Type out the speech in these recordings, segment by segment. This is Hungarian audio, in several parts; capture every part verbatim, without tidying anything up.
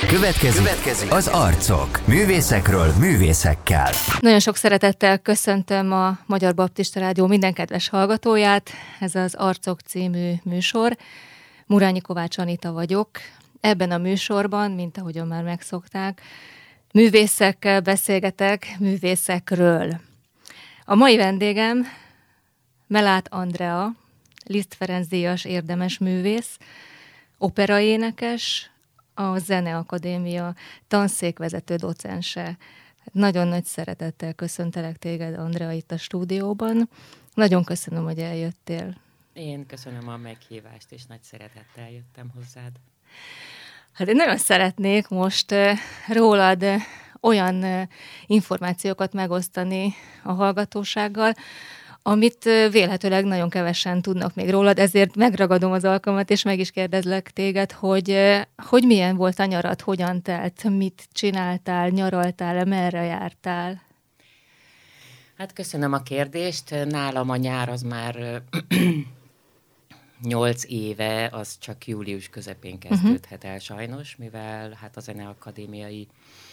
Következik, Következik az Arcok. Művészekről művészekkel. Nagyon sok szeretettel köszöntöm a Magyar Baptista Rádió minden kedves hallgatóját. Ez az Arcok című műsor. Murányi Kovács Anita vagyok. Ebben a műsorban, mint ahogyan már megszokták, művészekkel beszélgetek, művészekről. A mai vendégem Melát Andrea, Liszt Ferenc díjas érdemes művész, operaénekes, a Zeneakadémia tanszékvezető docense. Nagyon nagy szeretettel köszöntelek téged, Andrea, itt a stúdióban. Nagyon köszönöm, hogy eljöttél. Én köszönöm a meghívást, és nagy szeretettel jöttem hozzád. Hát én nagyon szeretnék most rólad olyan információkat megosztani a hallgatósággal, amit vélhetőleg nagyon kevesen tudnak még rólad, ezért megragadom az alkalmat, és meg is kérdezlek téged, hogy, hogy milyen volt a nyarad, hogyan telt, mit csináltál, nyaraltál, merre jártál? Hát köszönöm a kérdést. Nálam a nyár az már nyolc éve, az csak július közepén kezdődhet el sajnos, mivel hát a zeneakadémiai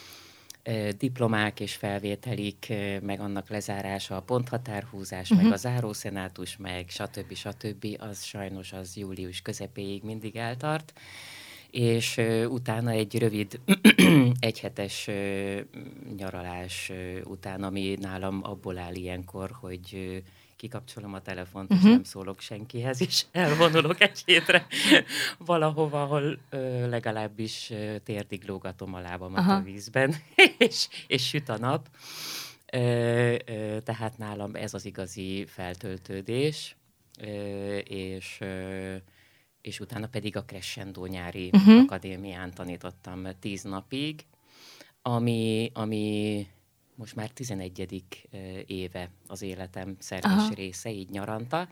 diplomák és felvételik, meg annak lezárása, a ponthatárhúzás, uh-huh. meg a zárószenátus, meg stb. stb. Az sajnos az július közepéig mindig eltart, és uh, utána egy rövid egyhetes uh, nyaralás uh, után, ami nálam abból áll ilyenkor, hogy uh, kikapcsolom a telefont, uh-huh. és nem szólok senkihez, és elvonulok egy hétre valahova, ahol ö, legalábbis ö, térdig lógatom a lábamat Aha. a vízben, és, és süt a nap. Ö, ö, tehát nálam ez az igazi feltöltődés, ö, és, ö, és utána pedig a Crescendo nyári uh-huh. akadémián tanítottam tíz napig, ami... ami most már tizenegyedik éve az életem szerves Aha. része, így nyaranta.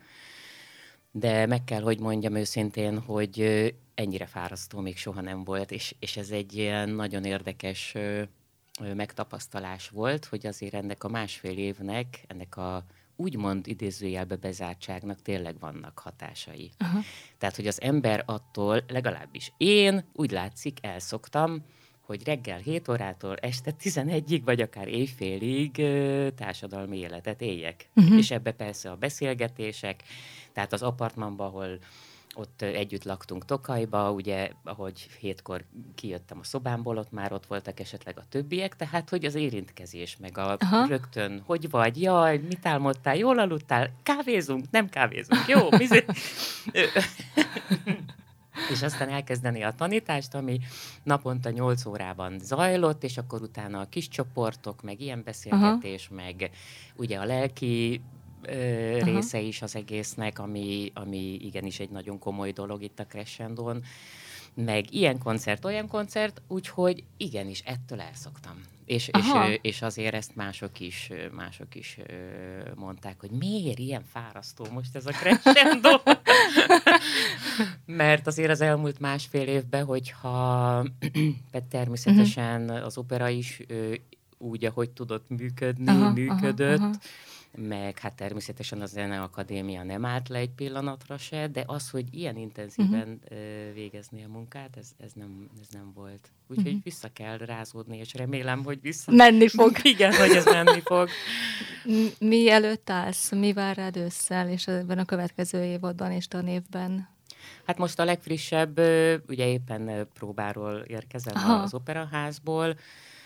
De meg kell, hogy mondjam őszintén, hogy ennyire fárasztó még soha nem volt, és, és ez egy ilyen nagyon érdekes megtapasztalás volt, hogy azért ennek a másfél évnek, ennek a úgymond idézőjelbe bezártságnak tényleg vannak hatásai. Aha. Tehát, hogy az ember attól, legalábbis én úgy látszik, elszoktam, hogy reggel hét órától este tizenegyig, vagy akár éjfélig ö, társadalmi életet éljek. Uh-huh. És ebbe persze a beszélgetések, tehát az apartmanban, ahol ott ö, együtt laktunk Tokajba, ugye, ahogy hétkor kijöttem a szobámból, ott már ott voltak esetleg a többiek, tehát hogy az érintkezés, meg a Aha. rögtön, hogy vagy, jaj, mit álmodtál, jól aludtál, kávézunk, nem kávézunk, jó, mizé... És aztán elkezdeni a tanítást, ami naponta nyolc órában zajlott, és akkor utána a kis csoportok, meg ilyen beszélgetés, Aha. meg ugye a lelki ö, része is az egésznek, ami, ami igenis egy nagyon komoly dolog itt a Crescendón, meg ilyen koncert, olyan koncert, úgyhogy igenis ettől elszoktam. És, és, és azért ezt mások is, mások is mondták, hogy miért ilyen fárasztó most ez a Crescendo? Mert azért az elmúlt másfél évben, hogyha természetesen az opera is úgy, ahogy tudott működni, aha, működött, aha, aha. meg hát természetesen a Zeneakadémia nem állt le egy pillanatra se, de az, hogy ilyen intenzíven uh-huh. végezni a munkát, ez, ez, nem, ez nem volt. Úgyhogy uh-huh. vissza kell rázódni, és remélem, hogy vissza... Menni fog. Igen, hogy ez menni fog. Mi előtt állsz? Mi vár rád ősszel, és ebben a következő évadban és tanévben? Hát most a legfrissebb, ugye éppen próbáról érkezem Aha. az operaházból.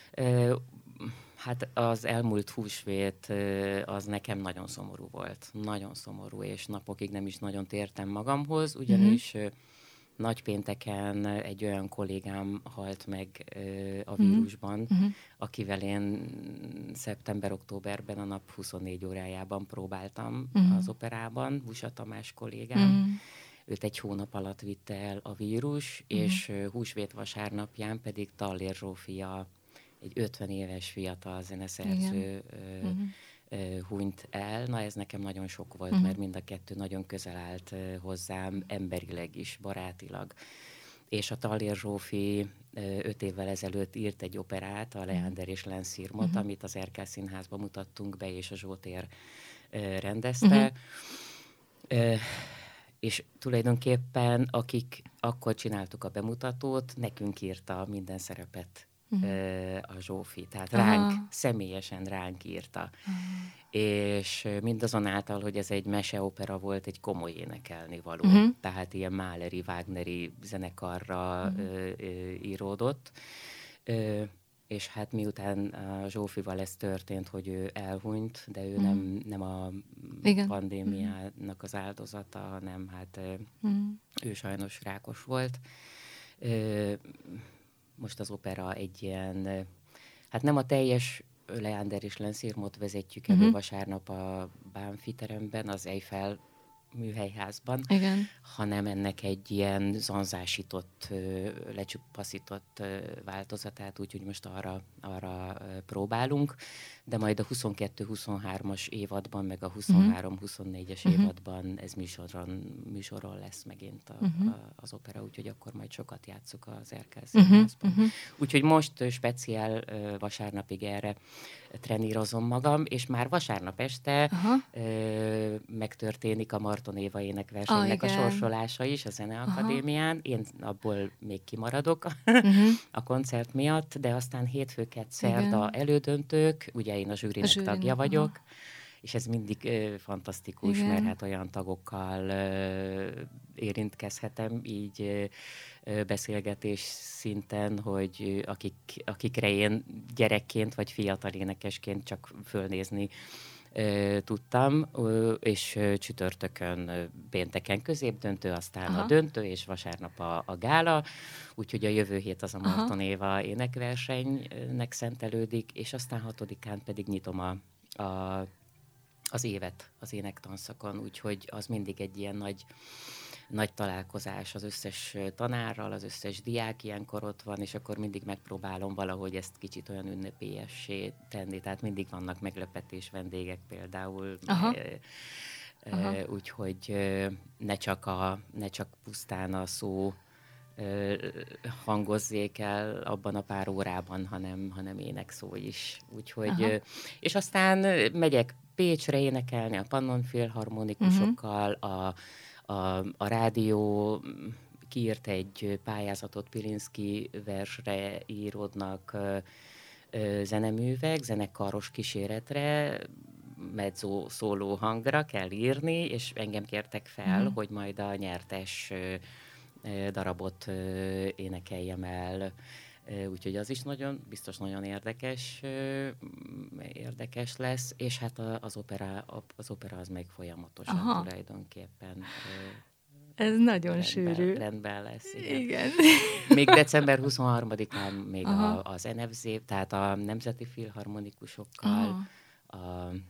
Hát az elmúlt húsvét az nekem nagyon szomorú volt. Nagyon szomorú, és napokig nem is nagyon tértem magamhoz, ugyanis mm-hmm. nagypénteken egy olyan kollégám halt meg a vírusban, mm-hmm. akivel én szeptember-októberben a nap huszonnégy órájában próbáltam mm-hmm. az operában, Busa Tamás kollégám. Mm-hmm. Őt egy hónap alatt vitte el a vírus, mm-hmm. és húsvét vasárnapján pedig Tallér Zsófia, egy ötven éves fiatal zeneszerző ö, uh-huh. ö, hunyt el. Na ez nekem nagyon sok volt, uh-huh. mert mind a kettő nagyon közel állt ö, hozzám, emberileg is, barátilag. És a Tallér Zsófi ö, öt évvel ezelőtt írt egy operát, a Leander és Lenszirmot, uh-huh. amit az Erkel Színházban mutattunk be, és a Zsótér ö, rendezte. Uh-huh. Ö, és tulajdonképpen akik akkor csináltuk a bemutatót, nekünk írta minden szerepet uh-huh. a Zsófi, tehát uh-huh. ránk, személyesen ránk írta. Uh-huh. És mindazonáltal, hogy ez egy meseopera volt, egy komoly énekelni való. Uh-huh. Tehát ilyen Mahleri, Wagneri zenekarra uh-huh. ö, ö, íródott. Ö, és hát miután a Zsófival ez történt, hogy ő elhunyt, de ő uh-huh. nem, nem a Igen. pandémiának az áldozata, hanem hát uh-huh. ő sajnos rákos volt. Ö, most az opera egy ilyen, hát nem a teljes Leander és Lenszirmot vezetjük elő uh-huh. vasárnap a Bánfi teremben, az Eiffel műhelyházban, Igen. hanem ennek egy ilyen zanzásított, lecsupaszított változatát, úgyhogy most arra, arra próbálunk, de majd a huszonkettő huszonhármas évadban, meg a huszonhárom huszonnégyes uh-huh. évadban ez műsoron, műsoron lesz megint a, uh-huh. a, az opera, úgyhogy akkor majd sokat játszuk az Erkel Színházban. Uh-huh. Úgyhogy most speciál vasárnapig erre trenírozom magam, és már vasárnap este ö, megtörténik a Marton Éva énekversenynek oh, a sorsolása is a Zeneakadémián. Én abból még kimaradok uh-huh. a koncert miatt, de aztán hétfőket szerda elődöntők, ugye én a zsűrinek a tagja vagyok, aha. és ez mindig ö, fantasztikus, igen. mert hát olyan tagokkal ö, érintkezhetem így ö, ö, beszélgetés szinten, hogy ö, akik, akikre én gyerekként vagy fiatal énekesként csak fölnézni ö, tudtam, ö, és ö, csütörtökön, ö, pénteken középdöntő, aztán aha. a döntő, és vasárnap a, a gála, úgyhogy a jövő hét az a Marton Éva énekversenynek szentelődik, és aztán hatodikán pedig nyitom a, a az évet az énektanszakon, úgyhogy az mindig egy ilyen nagy, nagy találkozás az összes tanárral, az összes diák ilyenkor ott van, és akkor mindig megpróbálom valahogy ezt kicsit olyan ünnepélyessé tenni, tehát mindig vannak meglepetés vendégek például, Aha. E, Aha. úgyhogy ne csak, a, ne csak pusztán a szó hangozzék el abban a pár órában, hanem, hanem énekszó is. Úgyhogy, Aha. és aztán megyek Pécsre énekelni a Pannon Filharmonikusokkal, uh-huh. a, a, a rádió kiírt egy pályázatot Pilinszky versre íródnak ö, ö, zeneművek, zenekaros kíséretre, mezzo szóló hangra kell írni, és engem kértek fel, uh-huh. hogy majd a nyertes ö, ö, darabot ö, énekeljem el. Úgyhogy az is nagyon, biztos nagyon érdekes, érdekes lesz, és hát az opera, az opera az még folyamatosan Aha. tulajdonképpen Ez nagyon rendben, sűrű. Rendben lesz, igen. igen. Még december huszonharmadikán még a, az en ef zé, tehát a Nemzeti Filharmonikusokkal, a,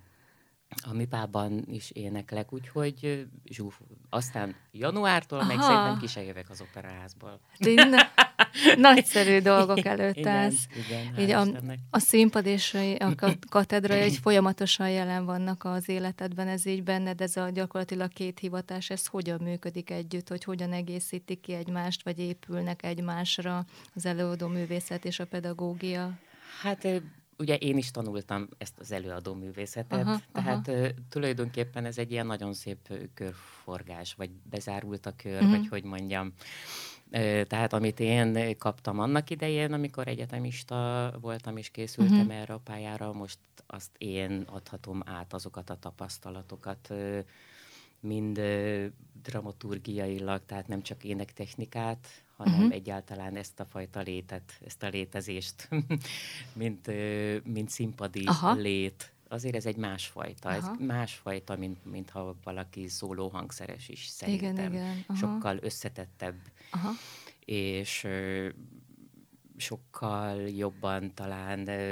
a Mipában is éneklek, úgyhogy zsúf. Aztán januártól Aha. meg szerintem ki se jövök az operaházból. Nagyszerű dolgok előtt állsz. Igen, így a, a színpad és a katedra egy folyamatosan jelen vannak az életedben, ez így benned, ez a gyakorlatilag két hivatás, ez hogyan működik együtt, hogy hogyan egészítik ki egymást, vagy épülnek egymásra az előadó művészet és a pedagógia? Hát ugye én is tanultam ezt az előadó művészetet, aha, tehát aha. tulajdonképpen ez egy ilyen nagyon szép körforgás, vagy bezárult a kör, uh-huh. vagy hogy mondjam. Tehát amit én kaptam annak idején, amikor egyetemista voltam és készültem uh-huh. erre a pályára, most azt én adhatom át azokat a tapasztalatokat, mind dramaturgiailag, tehát nem csak énektechnikát, hanem uh-huh. egyáltalán ezt a fajta létet, ezt a létezést, mint, mint színpadi Aha. lét. Azért ez egy másfajta, Aha. ez másfajta, mint, mint ha valaki szóló hangszeres is szerintem. Igen, igen. Sokkal összetettebb, Aha. és ö, sokkal jobban talán ö,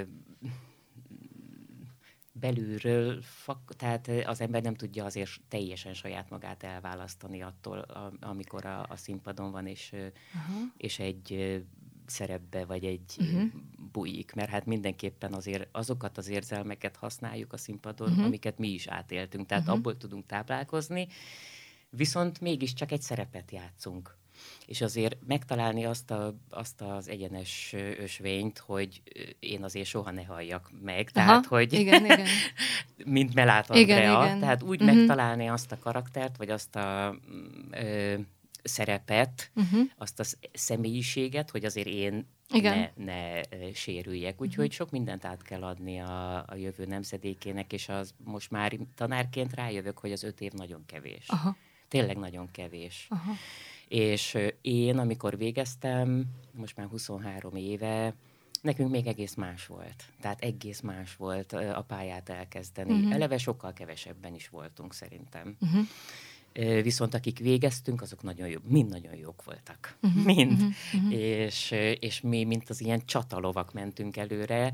belülről, fak, tehát az ember nem tudja azért teljesen saját magát elválasztani attól, a, amikor a, a színpadon van, és, és egy szerepbe, vagy egy uh-huh. bujik, mert hát mindenképpen azért azokat az érzelmeket használjuk a színpadon, uh-huh. amiket mi is átéltünk, tehát uh-huh. abból tudunk táplálkozni, viszont mégiscsak egy szerepet játszunk. és azért megtalálni azt, a, azt az egyenes ösvényt, hogy én azért soha ne halljak meg, Aha, tehát, hogy igen, igen. mint Melát Andrea, Igen, igen. tehát úgy uh-huh. megtalálni azt a karaktert, vagy azt a ö, szerepet, uh-huh. azt a személyiséget, hogy azért én ne, ne sérüljek. Úgyhogy uh-huh. sok mindent át kell adni a, a jövő nemzedékének, és az most már tanárként rájövök, hogy az öt év nagyon kevés. Aha. Tényleg nagyon kevés. Aha. És én, amikor végeztem, most már huszonhárom éve, nekünk még egész más volt. Tehát egész más volt a pályát elkezdeni. Uh-huh. Eleve sokkal kevesebben is voltunk szerintem. Uh-huh. Viszont akik végeztünk, azok nagyon jó, mind nagyon jók voltak. Uh-huh. Mind. Uh-huh. És, és mi, mint az ilyen csatalovak mentünk előre,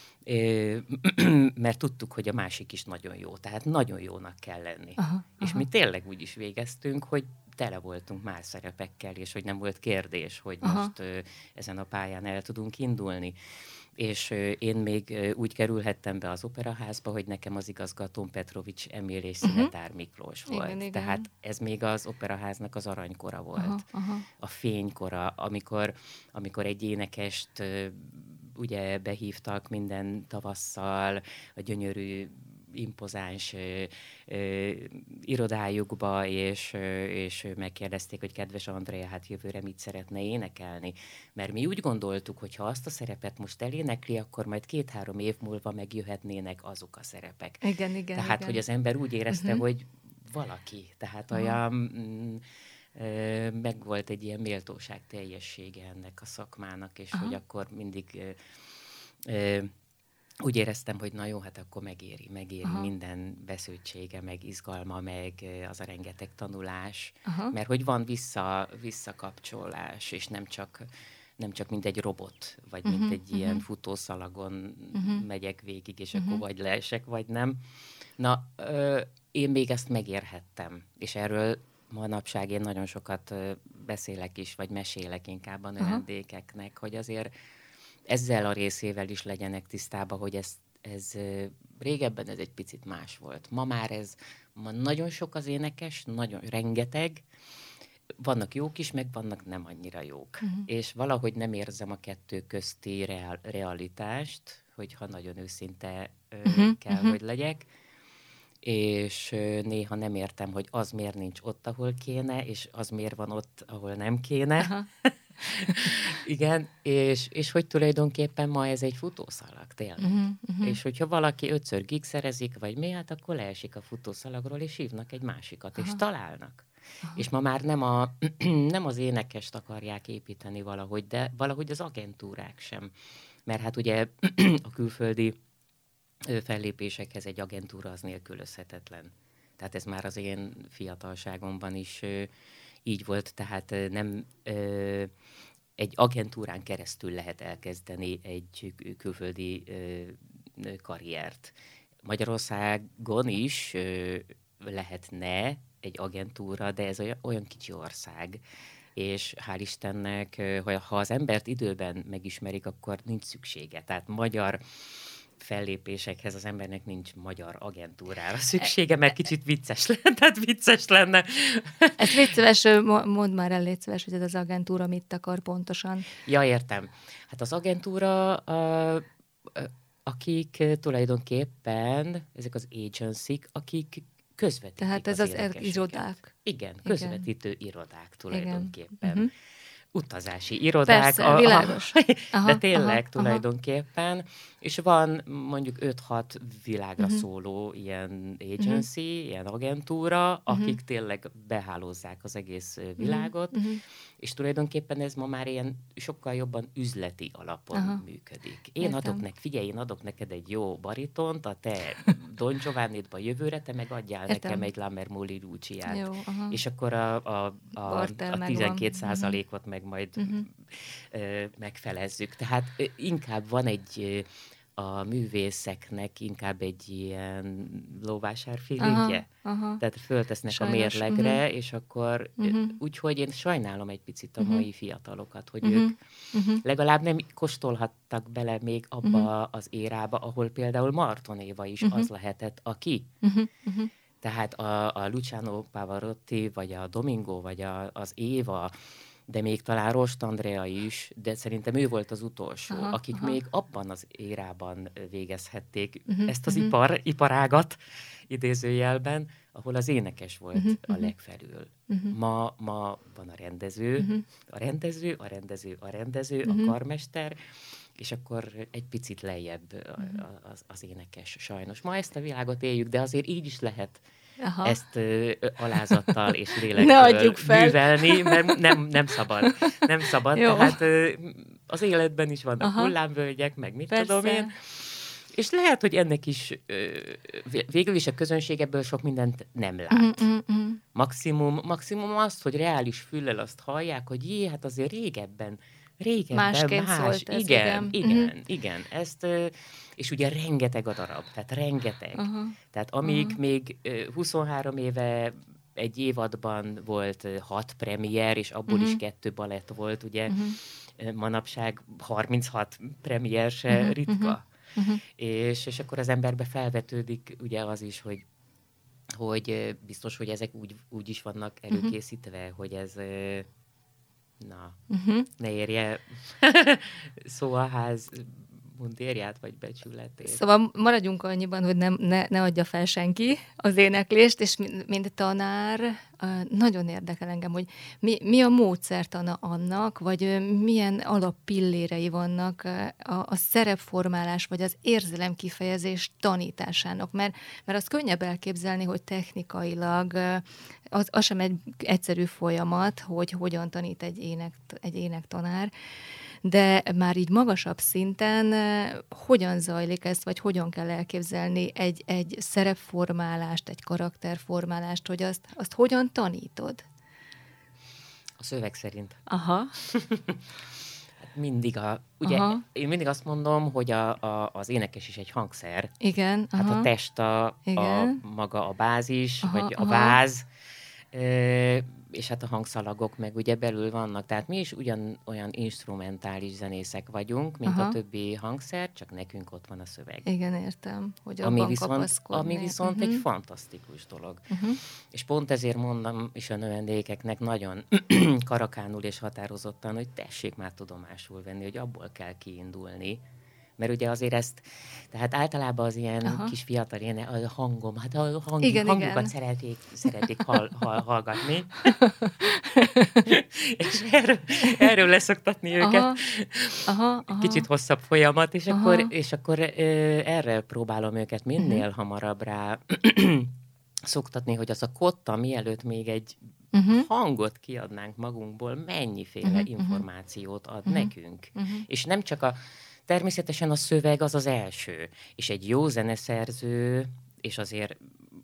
mert tudtuk, hogy a másik is nagyon jó. Tehát nagyon jónak kell lenni. Aha, és aha. mi tényleg úgy is végeztünk, hogy tele voltunk más szerepekkel, és hogy nem volt kérdés, hogy aha. most ö, ezen a pályán el tudunk indulni. És ö, én még ö, úgy kerülhettem be az operaházba, hogy nekem az igazgatóm Petrovics Emil és Szinetár uh-huh. Miklós volt. Igen, igen. Tehát ez még az operaháznak az aranykora volt. Aha, aha. A fénykora, amikor, amikor egy énekest ö, ugye behívtak minden tavasszal a gyönyörű, impozáns ö, ö, irodájukba, és, ö, és megkérdezték, hogy kedves Andrea, hát jövőre mit szeretne énekelni. Mert mi úgy gondoltuk, hogy ha azt a szerepet most elénekli, akkor majd két-három év múlva megjöhetnének azok a szerepek. Igen, igen. Tehát, igen. hogy az ember úgy érezte, uh-huh. hogy valaki. Tehát uh-huh. olyan... Mm, meg volt egy ilyen méltóság teljessége ennek a szakmának, és aha. hogy akkor mindig ö, ö, úgy éreztem, hogy na jó, hát akkor megéri, megéri aha. minden vesződtsége, meg izgalma, meg az a rengeteg tanulás, aha. mert hogy van vissza, visszakapcsolás, és nem csak, nem csak mint egy robot, vagy uh-huh, mint egy uh-huh. ilyen futószalagon uh-huh. megyek végig, és uh-huh. akkor vagy leesek, vagy nem. Na, ö, én még ezt megérhettem, és erről manapság én nagyon sokat beszélek is, vagy mesélek inkább a növendékeknek, hogy azért ezzel a részével is legyenek tisztában, hogy ez, ez régebben ez egy picit más volt. Ma már ez, ma nagyon sok az énekes, nagyon rengeteg, vannak jók is, meg vannak nem annyira jók. Uh-huh. És valahogy nem érzem a kettő közti real, realitást, hogyha nagyon őszinte uh-huh. kell, uh-huh. hogy legyek. És néha nem értem, hogy az miért nincs ott, ahol kéne, és az miért van ott, ahol nem kéne. Igen, és, és hogy tulajdonképpen ma ez egy futószalag, tényleg. Uh-huh, uh-huh. És hogyha valaki ötször gigszerezik, vagy mi, hát akkor leesik a futószalagról, és hívnak egy másikat, aha. és találnak. Aha. És ma már nem, a, nem az énekest akarják építeni valahogy, de valahogy az agentúrák sem. Mert hát ugye a külföldi fellépésekhez egy agentúra az nélkülözhetetlen. Tehát ez már az én fiatalságomban is ö, így volt, tehát ö, nem ö, egy agentúrán keresztül lehet elkezdeni egy külföldi ö, karriert. Magyarországon is ö, lehetne egy agentúra, de ez olyan, olyan kicsi ország, és hál' Istennek, ha az embert időben megismerik, akkor nincs szüksége. Tehát magyar fellépésekhez az embernek nincs magyar agentúrára szüksége, mert kicsit vicces lenne, tehát vicces lenne. Ezt légy szíves, mondd már el, légy szíves, hogy ez az agentúra mit akar pontosan. Ja, értem. Hát az agentúra, a, a, akik tulajdonképpen, ezek az agency-k, akik közvetítik. Tehát ez az, az irodák. Igen, közvetítő igen. irodák tulajdonképpen. Igen. Uh-huh. Utazási irodák. Persze, a, világos. Aha, de tényleg aha, tulajdonképpen. Aha. És van mondjuk öt-hat világra uh-huh. szóló ilyen agency, uh-huh. ilyen agentúra, uh-huh. akik tényleg behálózzák az egész világot, uh-huh. és tulajdonképpen ez ma már ilyen sokkal jobban üzleti alapon aha. működik. Én Értem. adok neked, figyelj, én adok neked egy jó baritont, a te Don Giovannidba jövőre, te meg adjál Értem. nekem egy Lammermoulin Luciát. És akkor a, a, a, a tizenkét százalékot uh-huh. meg majd uh-huh. ö, megfelezzük. Tehát ö, inkább van egy, ö, a művészeknek inkább egy ilyen lóvásár feelingje. Tehát föltesznek Sajnos. a mérlegre, uh-huh. és akkor uh-huh. úgyhogy én sajnálom egy picit a uh-huh. mai fiatalokat, hogy uh-huh. ők uh-huh. legalább nem kóstolhattak bele még abba uh-huh. az érába, ahol például Marton Éva is uh-huh. az lehetett, aki. Uh-huh. Uh-huh. Tehát a, a Luciano Pavarotti, vagy a Domingo, vagy a, az Éva, de még talán Rost Andrea is, de szerintem ő volt az utolsó, aha, akik aha. még abban az érában végezhették Uh-huh, ezt az uh-huh. ipar, iparágat, idézőjelben, ahol az énekes volt Uh-huh, a uh-huh. legfelül. Uh-huh. Ma, ma van a rendező, Uh-huh. a rendező, a rendező, a rendező, Uh-huh. a karmester, és akkor egy picit lejjebb uh-huh. az, az énekes sajnos. Ma ezt a világot éljük, de azért így is lehet Aha. ezt ö, ö, alázattal és Ne lélekből adjuk fel. művelni, mert nem, nem szabad. Nem szabad. Jó. Tehát ö, az életben is vannak Aha. hullámvölgyek, meg mit Persze. tudom én. És lehet, hogy ennek is ö, végül is a közönség ebből sok mindent nem lát. Uh-huh, uh-huh. Maximum, maximum azt, hogy reális füllel azt hallják, hogy jé, hát azért régebben, régebben Másként más. szólt ez, igen, igen. igen, Mhm. igen. Ezt, ö, és ugye rengeteg a darab, tehát rengeteg. Aha. Tehát amíg Aha. még ö, huszonhárom éve egy évadban volt ö, hat premier, és abból Mhm. is kettő balett volt, ugye Mhm. ö, manapság harminchat premier se Mhm, ritka. Mhm. És, és akkor az emberbe felvetődik ugye az is, hogy hogy ö, biztos, hogy ezek úgy, úgy is vannak előkészítve, uh-huh. hogy ez ö, na, Uh-huh. ne érje szó a ház mundérját, vagy becsületét. Szóval maradjunk annyiban, hogy nem, ne, ne adja fel senki az éneklést, és mint, mint tanár uh, nagyon érdekel engem, hogy mi, mi a módszertana annak, vagy uh, milyen alappillérei vannak uh, a, a szerepformálás, vagy az érzelemkifejezés tanításának, mert, mert az könnyebb elképzelni, hogy technikailag uh, az, az sem egy egyszerű folyamat, hogy hogyan tanít egy, ének, egy énektanár, de már így magasabb szinten eh, hogyan zajlik ez, vagy hogyan kell elképzelni egy, egy szerepformálást, egy karakterformálást, hogy azt, azt hogyan tanítod? A szöveg szerint. Aha. Mindig a, ugye Aha. én mindig azt mondom, hogy a, a, az énekes is egy hangszer. Igen. Hát aha. a test a, a Igen. maga a bázis, Aha, vagy a aha. váz, ö, és hát a hangszalagok meg ugye belül vannak. Tehát mi is ugyan olyan instrumentális zenészek vagyunk, mint Aha. a többi hangszer, csak nekünk ott van a szöveg. Igen, értem, hogy Ami abban viszont, kapaszkodni. ami viszont uh-huh. egy fantasztikus dolog. Uh-huh. És pont ezért mondom is a növendékeknek nagyon karakánul és határozottan, hogy tessék már tudomásul venni, hogy abból kell kiindulni. Mert ugye azért ezt, tehát általában az ilyen Aha. kis fiatal ilyen a hangom, hát a hang, Igen, hangokat igen. szeretik, szeretik hall, hall, hallgatni. És erről, erről leszoktatni őket. Aha. Aha, aha. Kicsit hosszabb folyamat, és Aha. akkor, és akkor ö, erre próbálom őket minél uh-huh. hamarabb rá szoktatni, hogy az a kotta, mielőtt még egy Uh-huh. hangot kiadnánk magunkból, mennyiféle Uh-huh. információt ad Uh-huh. nekünk. Uh-huh. És nem csak a, természetesen a szöveg az az első, és egy jó zeneszerző, és azért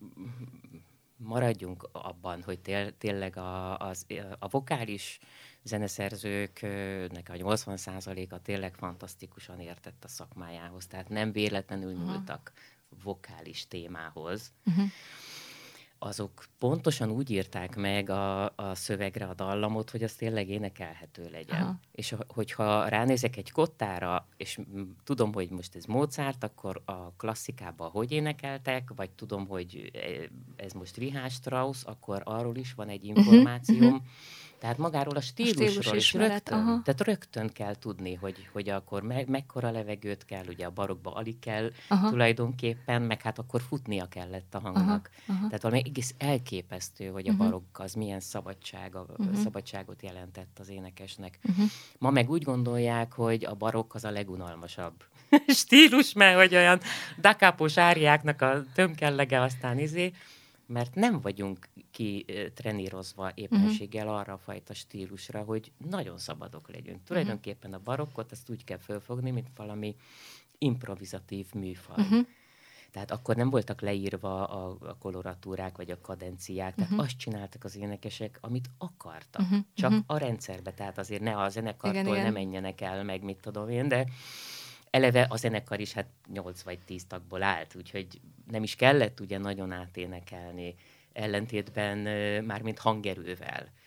maradjunk abban, hogy tél, tényleg a, az, a vokális zeneszerzőknek a nyolcvan százaléka tényleg fantasztikusan értett a szakmájához, tehát nem véletlenül Aha. nyúltak vokális témához. Uh-huh. Azok pontosan úgy írták meg a, a szövegre a dallamot, hogy az tényleg énekelhető legyen. Aha. És hogyha ránézek egy kottára, és tudom, hogy most ez Mozart, akkor a klasszikában hogy énekeltek, vagy tudom, hogy ez most Richard Strauss, akkor arról is van egy információm. Uh-huh. Tehát magáról a stílusról stílus is ismeret, rögtön, aha. tehát rögtön kell tudni, hogy, hogy akkor me, mekkora levegőt kell, ugye a barokba alig kell Aha. tulajdonképpen, meg hát akkor futnia kellett a hangnak. Aha, aha. Tehát valami egész elképesztő, hogy a Uh-huh. barokk az milyen szabadsága, Uh-huh. szabadságot jelentett az énekesnek. Uh-huh. Ma meg úgy gondolják, hogy a barokk az a legunalmasabb stílus, mert hogy olyan dakápos áriáknak a tömkellege aztán izé, mert nem vagyunk ki trenírozva éppenséggel arra a fajta stílusra, hogy nagyon szabadok legyünk. Tulajdonképpen a barokkot azt úgy kell fölfogni, mint valami improvizatív műfaj. Uh-huh. Tehát akkor nem voltak leírva a, a koloratúrák vagy a kadenciák, tehát uh-huh. azt csináltak az énekesek, amit akartak. Uh-huh. Csak uh-huh. a rendszerbe, tehát azért ne a zenekartól igen, ne menjenek el, meg mit tudom én, de eleve a zenekar is hát nyolc vagy tíz tagból állt, úgyhogy nem is kellett ugye nagyon áténekelni, ellentétben mármint hangerővel.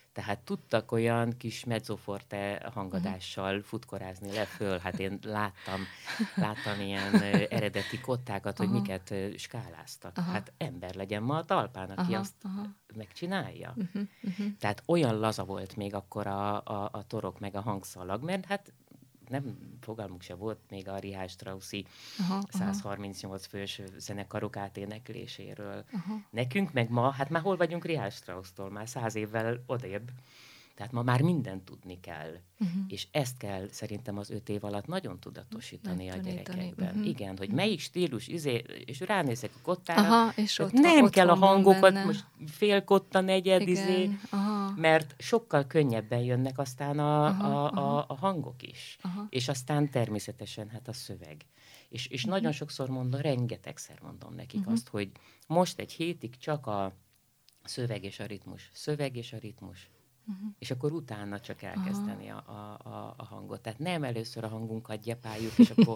Tehát tudtak olyan kis mezzoforte hangadással futkorázni le föl. Hát én láttam, láttam ilyen ö, eredeti kottákat, hogy aha. miket ö, skáláztak. Aha. Hát ember legyen ma a talpán, aki Aha, azt aha. megcsinálja. Uh-huh, uh-huh. Tehát olyan laza volt még akkor a, a, a torok meg a hangszalag, mert hát nem fogalmuk se volt még a Richard Strauss-i Aha, aha. száz harmincnyolc fős zenekarok áténekléséről. Aha. Nekünk meg ma, hát már hol vagyunk Richard Strauss-tól? Már száz évvel odébb. Tehát ma már mindent tudni kell. Uh-huh. És ezt kell szerintem az öt év alatt nagyon tudatosítani a Megtanítani, gyerekekben. uh-huh. Igen, hogy melyik stílus, izé, és ránézek a kottára, Aha, és ott nem van, kell a otthon van hangokat benne. most fél kotta, negyed, izé, Igen, aha. mert sokkal könnyebben jönnek aztán a, Aha, a, aha. a, a hangok is. Aha. És aztán természetesen hát a szöveg. És, és Uh-huh. nagyon sokszor mondom, rengetegszer mondom nekik Uh-huh. azt, hogy most egy hétig csak a szöveg és a ritmus. Szöveg és a ritmus. Uh-huh. És akkor utána csak elkezdeni a, a, a, a hangot. Tehát nem először a hangunkat gyepáljuk, és akkor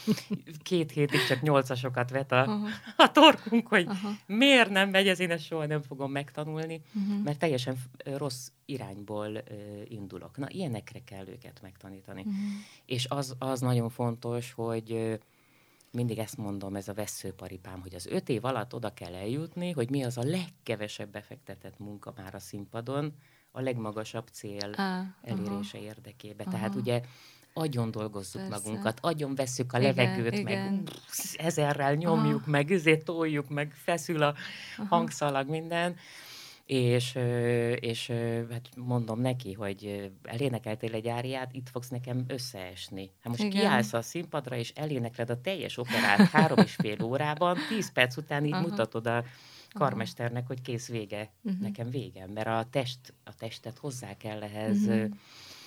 két hétig csak nyolcasokat vet a, Aha. a torkunk, hogy Aha. miért nem megy ez, én ezt soha nem fogom megtanulni, Uh-huh. mert teljesen f- rossz irányból ö, indulok. Na, ilyenekre kell őket megtanítani. Uh-huh. És az, az nagyon fontos, hogy ö, mindig ezt mondom, ez a vesszőparipám, hogy az öt év alatt oda kell eljutni, hogy mi az a legkevesebb befektetett munka már a színpadon, a legmagasabb cél Á, elérése aha. érdekében. Aha. Tehát ugye agyon dolgozzuk Persze. magunkat, agyon vesszük a Igen, levegőt, igen. meg pff, ezerrel nyomjuk, Aha. meg üzét toljuk, meg feszül a Aha. hangszalag, minden. És, ö, és ö, hát mondom neki, hogy ö, elénekeltél egy áriát, itt fogsz nekem összeesni. Hát most Igen. kiállsz a színpadra, és elénekled a teljes operát három és fél órában, tíz perc után így Aha. mutatod a karmesternek, hogy kész, vége, Uh-huh. nekem vége, mert a test, a testet hozzá kell ehhez Mhm. ö,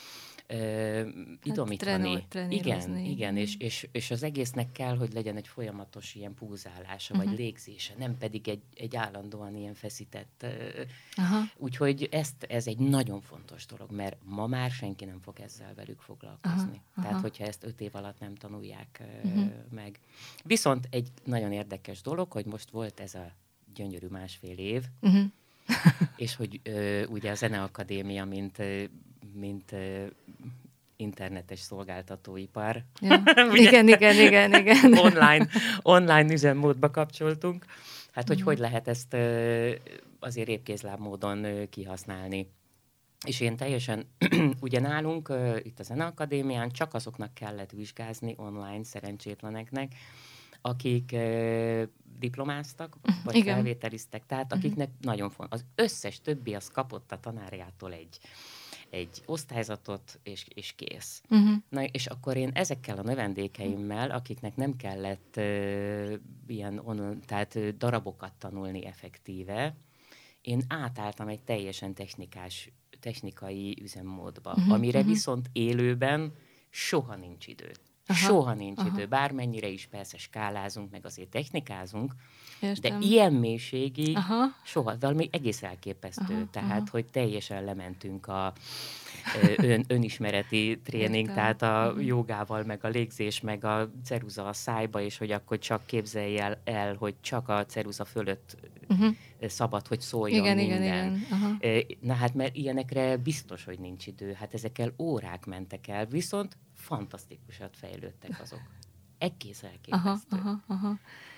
ö, idomítani. trenó- trenírozni. Igen, igen, Mhm. és, és, és az egésznek kell, hogy legyen egy folyamatos ilyen púzálása, Mhm. vagy légzése, nem pedig egy, egy állandóan ilyen feszített. Ö, Aha. úgyhogy ezt, ez egy nagyon fontos dolog, mert ma már senki nem fog ezzel velük foglalkozni. Aha, aha. Tehát, hogyha ezt öt év alatt nem tanulják ö, Mhm. meg. Viszont egy nagyon érdekes dolog, hogy most volt ez a gyönyörű másfél év, Uh-huh. és hogy ö, ugye a Zeneakadémia, mint, ö, mint ö, internetes szolgáltatóipar, Ja. Ugye? Igen, igen, igen, igen. online, online üzemmódba kapcsoltunk. Hát, hogy Mhm. hogy lehet ezt ö, azért épkézláb módon ö, kihasználni. És én teljesen, ugye nálunk ö, itt a Zeneakadémián csak azoknak kellett vizsgázni online szerencsétleneknek, akik ö, diplomáztak, vagy Igen. felvételiztek, tehát akiknek nagyon fontos. Az összes többi az kapott a tanárjától egy, egy osztályzatot, és, és kész. Uh-huh. Na, és akkor én ezekkel a növendékeimmel, akiknek nem kellett ö, ilyen on, tehát ö, darabokat tanulni effektíve, én átálltam egy teljesen technikás, technikai üzemmódba, Uh-huh, amire uh-huh. viszont élőben soha nincs idő. Aha, Soha nincs aha. idő. Bármennyire is persze skálázunk, meg azért technikázunk, Értem. de ilyen mélységig Aha. soha, valami egész elképesztő. Aha, Tehát, aha. hogy teljesen lementünk a ö, ön, önismereti tréning, Értem. tehát a Mhm. jogával, meg a légzés, meg a ceruza a szájba, és hogy akkor csak képzelj el, el hogy csak a ceruza fölött Uh-huh. szabad, hogy szóljon Igen, minden. igen, igen. Aha. Ö, Na hát, mert ilyenekre biztos, hogy nincs idő. Hát ezekkel órák mentek el, viszont fantasztikusat fejlődtek azok. Egész Aha, elképesztő. aha, aha.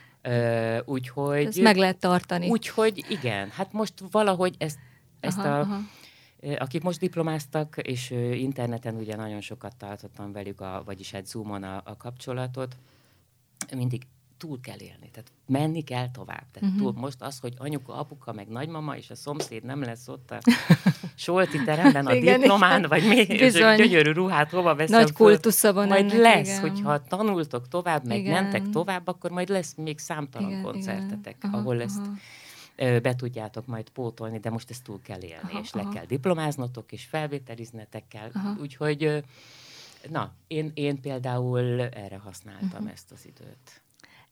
Ö, Úgyhogy... Ezt meg lehet tartani. Úgyhogy igen, hát most valahogy ezt, ezt aha, a... aha. Ö, Akik most diplomáztak, és ö, interneten ugye nagyon sokat tartottam velük, a, vagyis hát Zoomon a, a kapcsolatot, mindig túl kell élni, tehát menni kell tovább. Tehát Mhm. túl, most az, hogy anyuka, apuka, meg nagymama, és a szomszéd nem lesz ott a Solti teremben a Igen, diplomán, igen. vagy még Bizony. gyönyörű ruhát hova veszem Nagy föl. kultusza van Majd ennek, lesz, igen. hogyha tanultok tovább, meg Igen. mentek tovább, akkor majd lesz még számtalan Igen, koncertetek, igen. Aha, ahol ezt aha. ö, be tudjátok majd pótolni, de most ezt túl kell élni, Aha, és le aha. kell diplomáznotok, és felvételiznetek kell. Aha. Úgyhogy, ö, na, én, én például erre használtam Uh-huh. ezt az időt.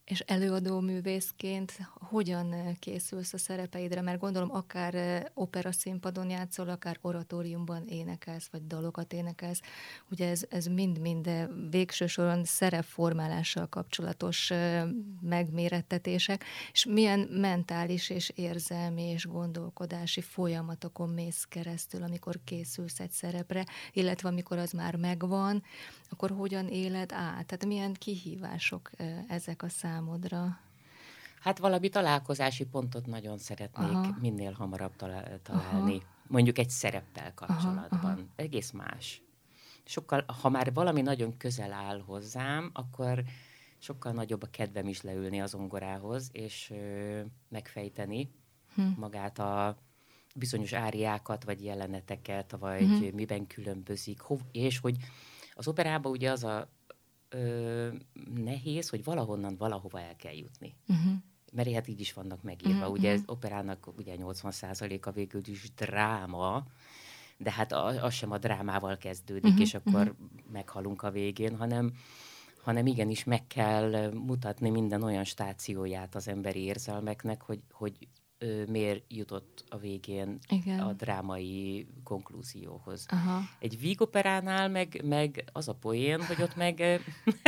És előadó művészként hogyan készülsz a szerepeidre? Mert gondolom akár opera színpadon játszol, akár oratóriumban énekelsz, vagy dalokat énekelsz. Ugye ez, ez mind-mind végső soron szerepformálással kapcsolatos megmérettetések. És milyen mentális és érzelmi és gondolkodási folyamatokon mész keresztül, amikor készülsz egy szerepre, illetve amikor az már megvan, akkor hogyan éled át? Tehát milyen kihívások ezek a számodra? Hát valami találkozási pontot nagyon szeretnék aha. minél hamarabb talál, találni. Aha. Mondjuk egy szereppel kapcsolatban. Aha, aha. Egész más. Sokkal, ha már valami nagyon közel áll hozzám, akkor sokkal nagyobb a kedvem is leülni az zongorához, és ö, megfejteni hm. magát a bizonyos áriákat, vagy jeleneteket, vagy hm. miben különbözik, hov, és hogy az operában ugye az a ö, nehéz, hogy valahonnan valahova el kell jutni. Uh-huh. Mert hát így is vannak megírva. Uh-huh. Ugye az operának ugye nyolcvan százaléka végül is dráma, de hát az sem a drámával kezdődik, uh-huh. és akkor uh-huh. meghalunk a végén, hanem, hanem igenis meg kell mutatni minden olyan stációját az emberi érzelmeknek, hogy, hogy Ö, miért jutott a végén igen. a drámai konklúzióhoz. Aha. Egy vígoperánál meg, meg az a poén, hogy ott meg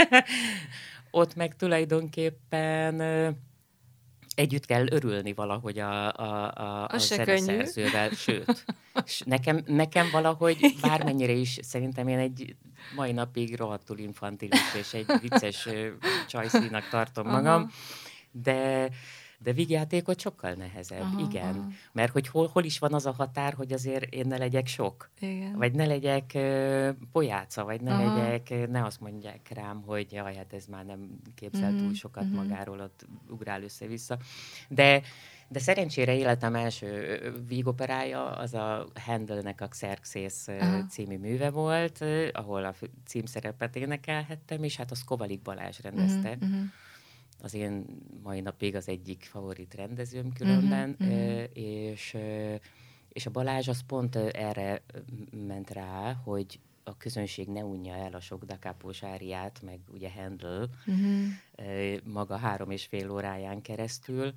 ott meg tulajdonképpen együtt kell örülni valahogy a, a, a, a zeneszerzővel. Sőt, nekem, nekem valahogy bármennyire is szerintem én egy mai napig rohadtul infantilis és egy vicces csajszínak tartom aha. magam, de De vígjátékot sokkal nehezebb, aha, igen. Aha. Mert hogy hol, hol is van az a határ, hogy azért én ne legyek sok. Igen. Vagy ne legyek uh, pojáca, vagy ne aha. legyek, ne azt mondják rám, hogy jaj, hát ez már nem képzel túl sokat mm-hmm. magáról, ott ugrál össze-vissza. De, de szerencsére életem első vígoperája az a Handelnek a Xerxes aha. című műve volt, ahol a címszerepet énekelhettem, és hát azt Kovalik Balázs rendezte. Mm-hmm. Az én mai napig az egyik favorit rendezőm különben, uh-huh, uh-huh. És, és a Balázs az pont erre ment rá, hogy a közönség ne unja el a sok dakápós áriát, meg ugye Handel uh-huh. maga három és fél óráján keresztül.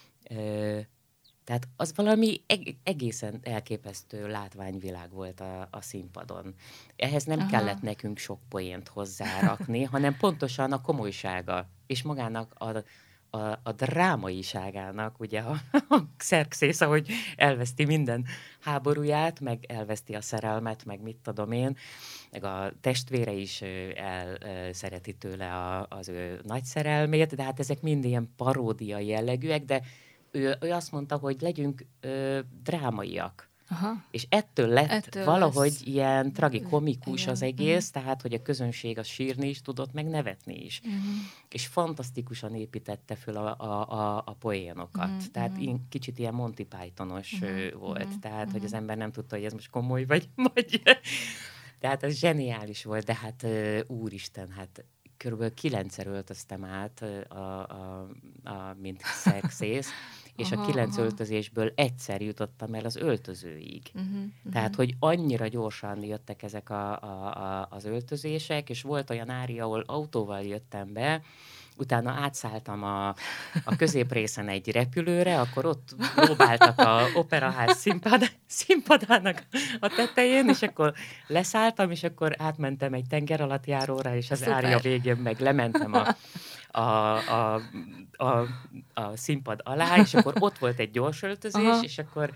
Tehát az valami eg- egészen elképesztő látványvilág volt a, a színpadon. Ehhez nem aha. kellett nekünk sok poént hozzárakni, hanem pontosan a komolysága, és magának a, a, a drámaiságának, ugye a, a Xerxes, ahogy elveszti minden háborúját, meg elveszti a szerelmet, meg mit tudom én, meg a testvére is el, el szereti tőle a, az ő nagy szerelmét, de hát ezek mind ilyen paródia jellegűek, de Ő, ő azt mondta, hogy legyünk ö, drámaiak. Aha. És ettől lett ettől valahogy lesz. Ilyen tragikomikus igen. az egész, uh-huh. tehát, hogy a közönség az sírni is tudott, meg nevetni is. Uh-huh. És fantasztikusan építette föl a, a, a, a poénokat. Uh-huh. Tehát uh-huh. kicsit ilyen Monty Pythonos uh-huh. volt. Uh-huh. Tehát, uh-huh. hogy az ember nem tudta, hogy ez most komoly vagy. vagy. Tehát ez zseniális volt, de hát úristen, hát körülbelül kilencszer öltöztem át, a, a, a, mint Xerxes, és aha, a kilenc aha. öltözésből egyszer jutottam el az öltözőig. Uh-huh, uh-huh. Tehát, hogy annyira gyorsan jöttek ezek a, a, a, az öltözések, és volt olyan ári, ahol autóval jöttem be, utána átszálltam a, a középrészen egy repülőre, akkor ott próbáltak a operaház színpad, színpadának a tetején, és akkor leszálltam, és akkor átmentem egy tengeralattjáróra, és az szuper. Ária végén meg lementem a, a, a, a, a színpad alá, és akkor ott volt egy gyors öltözés, aha. és akkor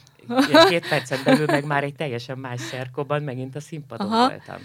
két percen belül meg már egy teljesen más szerkóban megint a színpadon aha. voltam.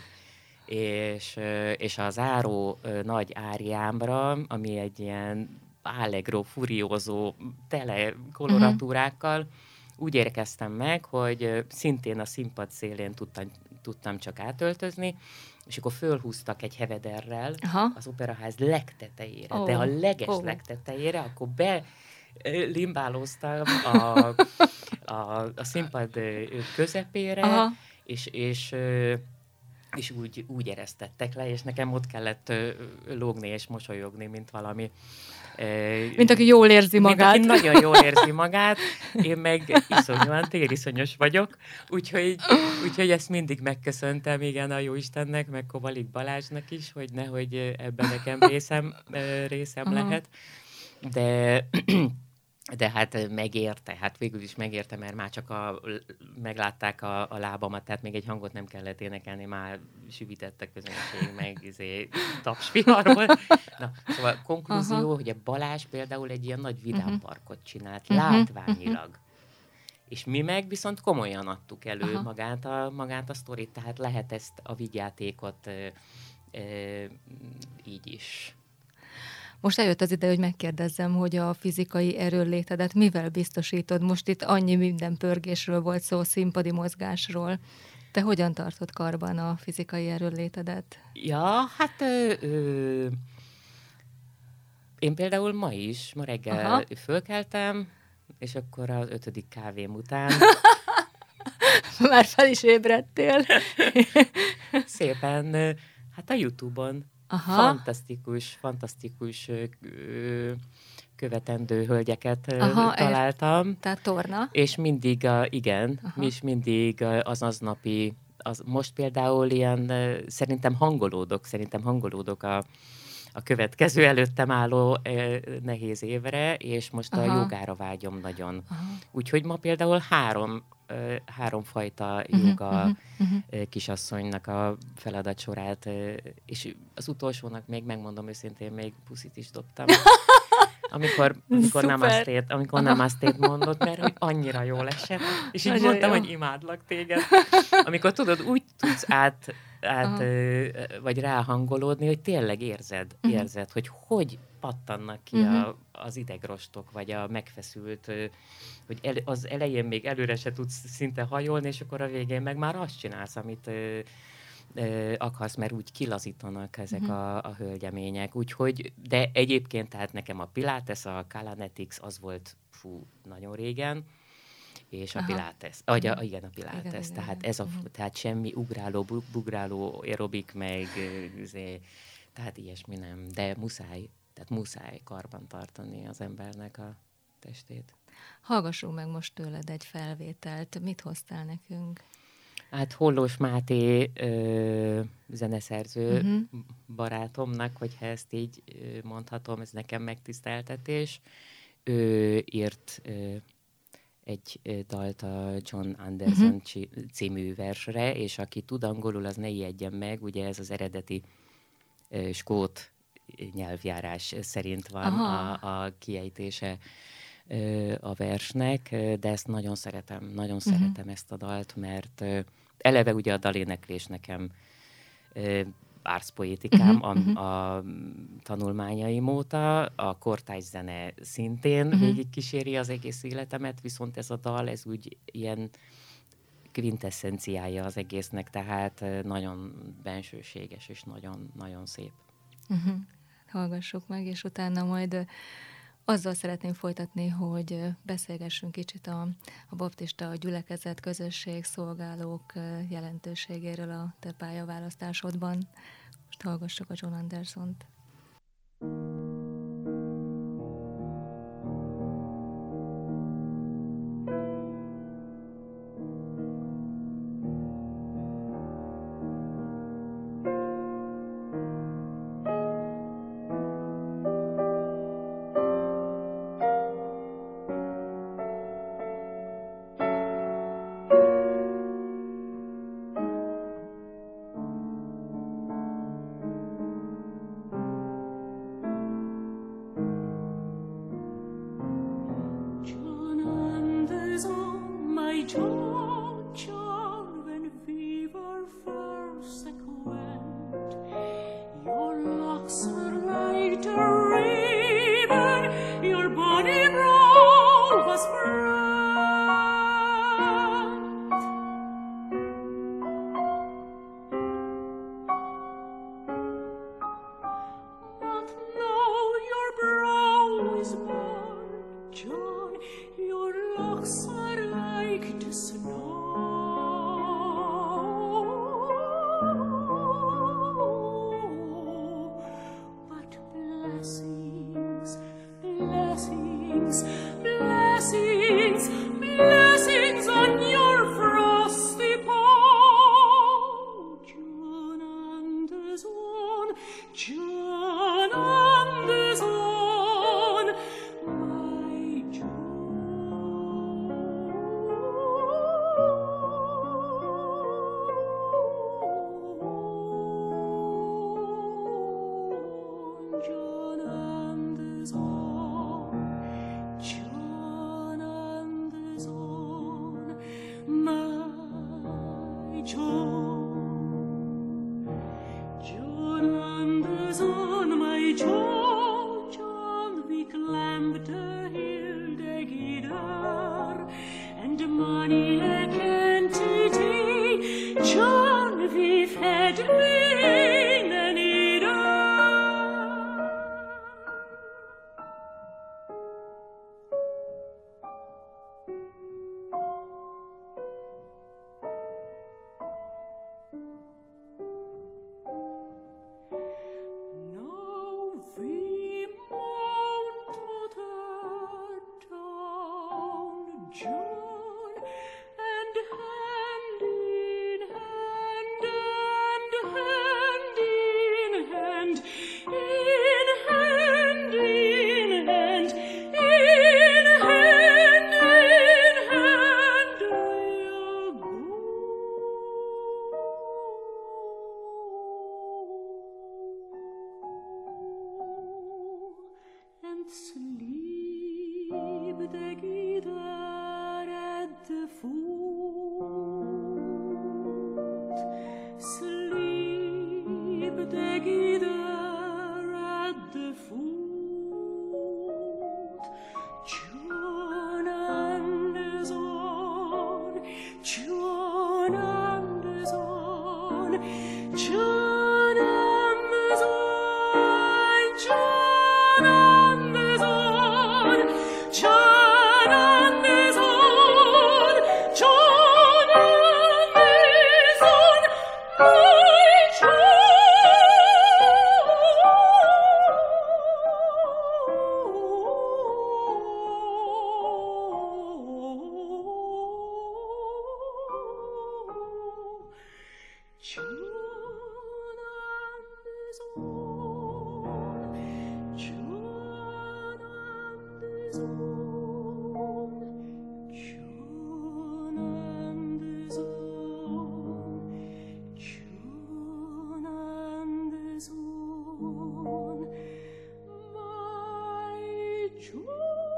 És, és a záró nagy áriámra, ami egy ilyen allegro, furiózó, tele koloratúrákkal, uh-huh. úgy érkeztem meg, hogy szintén a színpad szélén tudtam, tudtam csak átöltözni, és akkor fölhúztak egy hevederrel aha. az operaház legtetejére, oh. de a leges oh. legtetejére, akkor be limbálóztam a, a, a színpad közepére, aha. és, és és úgy, úgy eresztettek le, és nekem ott kellett ö, lógni és mosolyogni, mint valami... Ö, mint aki jól érzi magát. Mint aki nagyon jól érzi magát, én meg iszonyúan tériszonyos vagyok, úgyhogy, úgyhogy ezt mindig megköszöntem, igen, a Jóistennek, meg Kovalik Balázsnak is, hogy nehogy ebben nekem részem, részem Aha. lehet, de... De hát megérte, hát végül is megérte, mert már csak a, meglátták a, a lábamat, tehát még egy hangot nem kellett énekelni, már süvített a közönség, meg izé, tapsvihar volt. Na, szóval konklúzió, aha, hogy a Balázs például egy ilyen nagy vidámparkot csinált, uh-huh, látványilag. Uh-huh. És mi meg viszont komolyan adtuk elő magát a, magát a sztorit, tehát lehet ezt a vigyátékot ö, ö, így is. Most eljött az ide, hogy megkérdezzem, hogy a fizikai erőnlétedet mivel biztosítod? Most itt annyi minden pörgésről volt szó, színpadi mozgásról. Te hogyan tartod karban a fizikai erőnlétedet? Ja, hát ö, ö, én például ma is, ma reggel aha, fölkeltem, és akkor az ötödik kávém után... Már fel is ébredtél. Szépen, hát a YouTube-on aha, fantasztikus, fantasztikus ö, követendő hölgyeket aha, találtam. Er, tehát torna. És mindig, a, igen, aha, és mindig az aznapi, az, most például ilyen, szerintem hangolódok, szerintem hangolódok a, a következő előttem álló eh, nehéz évre, és most aha, a jogára vágyom nagyon. Aha. Úgyhogy ma például három háromfajta jóga uh-huh, uh-huh. kisasszonynak a feladatsorát, és az utolsónak még megmondom őszintén, még puszit is dobtam. Amikor, amikor namasztét, amikor namasztét mondott, mert hogy annyira jól esett. És így nagyon mondtam, jó, hogy imádlak téged. Amikor tudod, úgy tudsz át, át vagy ráhangolódni, hogy tényleg érzed, uh-huh, érzed, hogy hogy pattannak ki uh-huh, a, az idegrostok, vagy a megfeszült, hogy el, az elején még előre se tudsz szinte hajolni, és akkor a végén meg már azt csinálsz, amit ö, ö, akarsz, mert úgy kilazítanak ezek uh-huh, a, a hölgyemények. Úgyhogy, de egyébként tehát nekem a Pilates, a Kalanetics, az volt fú, nagyon régen, és aha, a Pilates, vagy a, igen, a Pilates, igen, tehát igen, ez a, uh-huh, tehát semmi ugráló, bugráló, aerobik, meg zé, tehát ilyesmi nem, de muszáj, tehát muszáj karban tartani az embernek a testét. Hallgassunk meg most tőled egy felvételt. Mit hoztál nekünk? Hát Hollós Máté ö, zeneszerző uh-huh, barátomnak, hogyha ezt így mondhatom, ez nekem megtiszteltetés. Ő írt ö, egy dalt a John Anderson uh-huh, című versre, és aki tud angolul, az ne ijedjen meg, ugye ez az eredeti ö, skót nyelvjárás szerint van a, a kiejtése ö, a versnek, de ezt nagyon szeretem, nagyon uh-huh, szeretem ezt a dalt, mert ö, eleve ugye a daléneklés nekem ö, árszpoétikám uh-huh, a, a tanulmányaim óta, a kortárs zene szintén uh-huh, végig kíséri az egész életemet, viszont ez a dal, ez úgy ilyen kvintesszenciája az egésznek, tehát nagyon bensőséges és nagyon, nagyon szép. Uh-huh. Hallgassuk meg, és utána majd azzal szeretném folytatni, hogy beszélgessünk kicsit a, a baptista gyülekezet, közösség, szolgálók jelentőségéről a te pályaválasztásodban. Most hallgassuk a John Andersont. Snow. Blessings, blessings, blessings, blessings on your frosty paw. John and the Zon, John and the Zon, my John. John and the Zon, John and the Zon, my John. John and the Zon, my John, John, we climbed the hill, the Gider, and money I can't today. John, we fed win and eater. Now we mount the town, John, and hand in hand, and hand in hand, in hand in hand, in hand in hand, we'll go. And sleep the Gider at the foot. Sleep the Gider at the foot. John and the Zon, John and the Zon, John and the Zon, John and the Zon, John and the Zon, John and the Zon, my John. John and the Zon, John and the Zon, John and the Zon, John and the Zon, my John.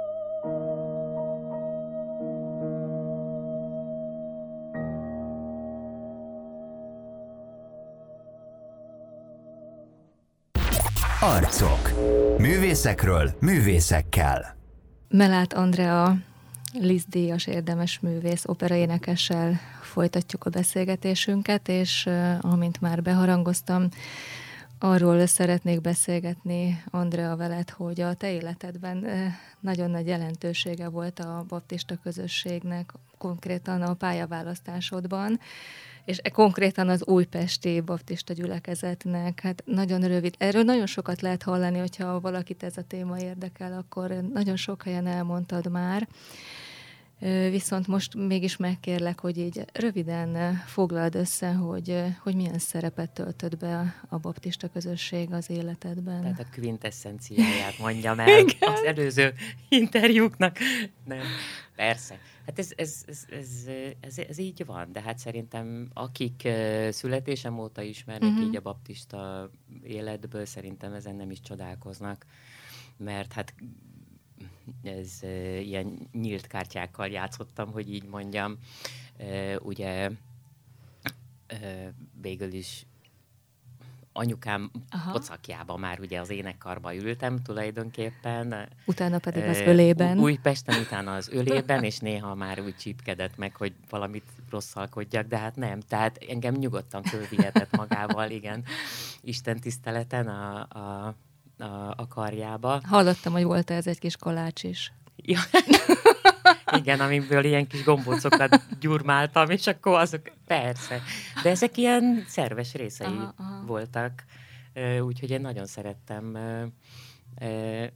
Arcok. Művészekről művészekkel. Mellát Andrea Liszt-díjas érdemes művész operaénekessel folytatjuk a beszélgetésünket, és uh, amint már beharangoztam, arról szeretnék beszélgetni, Andrea, veled, hogy a te életedben uh, nagyon nagy jelentősége volt a baptista közösségnek, konkrétan a pályaválasztásodban, és konkrétan az újpesti baptista gyülekezetnek. Hát nagyon rövid. Erről nagyon sokat lehet hallani, hogyha valakit ez a téma érdekel, akkor nagyon sok helyen elmondtad már. Viszont most mégis megkérlek, hogy így röviden foglald össze, hogy, hogy milyen szerepet töltött be a baptista közösség az életedben. Tehát a kvintesszenciáját mondjam el az előző interjúknak. Nem, persze. Hát ez, ez, ez, ez, ez, ez így van, de hát szerintem akik születésem óta ismernek uh-huh. így a baptista életből, szerintem ezen nem is csodálkoznak, mert hát ez uh, ilyen nyílt kártyákkal játszottam, hogy így mondjam. Uh, ugye uh, végül is anyukám Aha. pocakjában már ugye az énekkarba ültem tulajdonképpen. Utána pedig az ölében. Újpesten, utána az ölében, és néha már úgy csípkedett meg, hogy valamit rosszalkodjak, de hát nem. Tehát engem nyugodtan fölvihetett magával, igen, Isten tiszteleten a, a, a, a karjába. Hallottam, hogy volt ez egy kis kolács is. Ja. Igen, amiből ilyen kis gombócokat gyurmáltam, és akkor azok, persze. De ezek ilyen szerves részei aha, aha. voltak, úgyhogy én nagyon szerettem ö,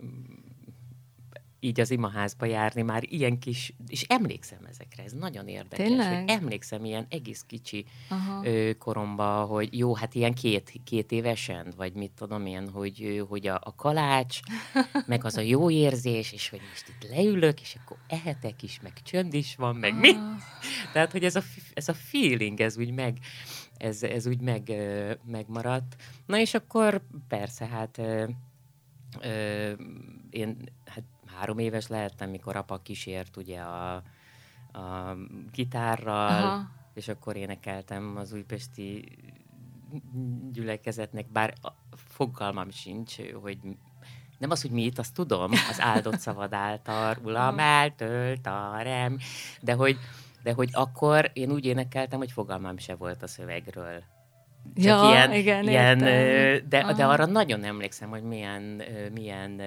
így az imaházba járni, már ilyen kis, és emlékszem ezekre, ez nagyon érdekes, Tényleg? hogy emlékszem ilyen egész kicsi Aha. ö, koromba, hogy jó, hát ilyen két, két évesen, vagy mit tudom én, hogy, ö, hogy a, a kalács, meg az a jó érzés, és hogy most itt leülök, és akkor ehetek is, meg csönd is van, meg mi. Tehát, hogy ez a, ez a feeling, ez úgy meg, ez, ez úgy meg, ö, megmaradt. Na és akkor persze, hát ö, ö, én hát három éves lehettem, mikor apa kísért ugye a, a gitárral, Aha. és akkor énekeltem az újpesti gyülekezetnek, bár a fogalmam sincs, hogy nem az, hogy mi itt, azt tudom, az áldott szavad által, uram eltölt a rem, de hogy, de hogy akkor én úgy énekeltem, hogy fogalmam se volt a szövegről. Csak Ja, ilyen, igen, ilyen értem. de, de Aha. arra nagyon emlékszem, hogy milyen, milyen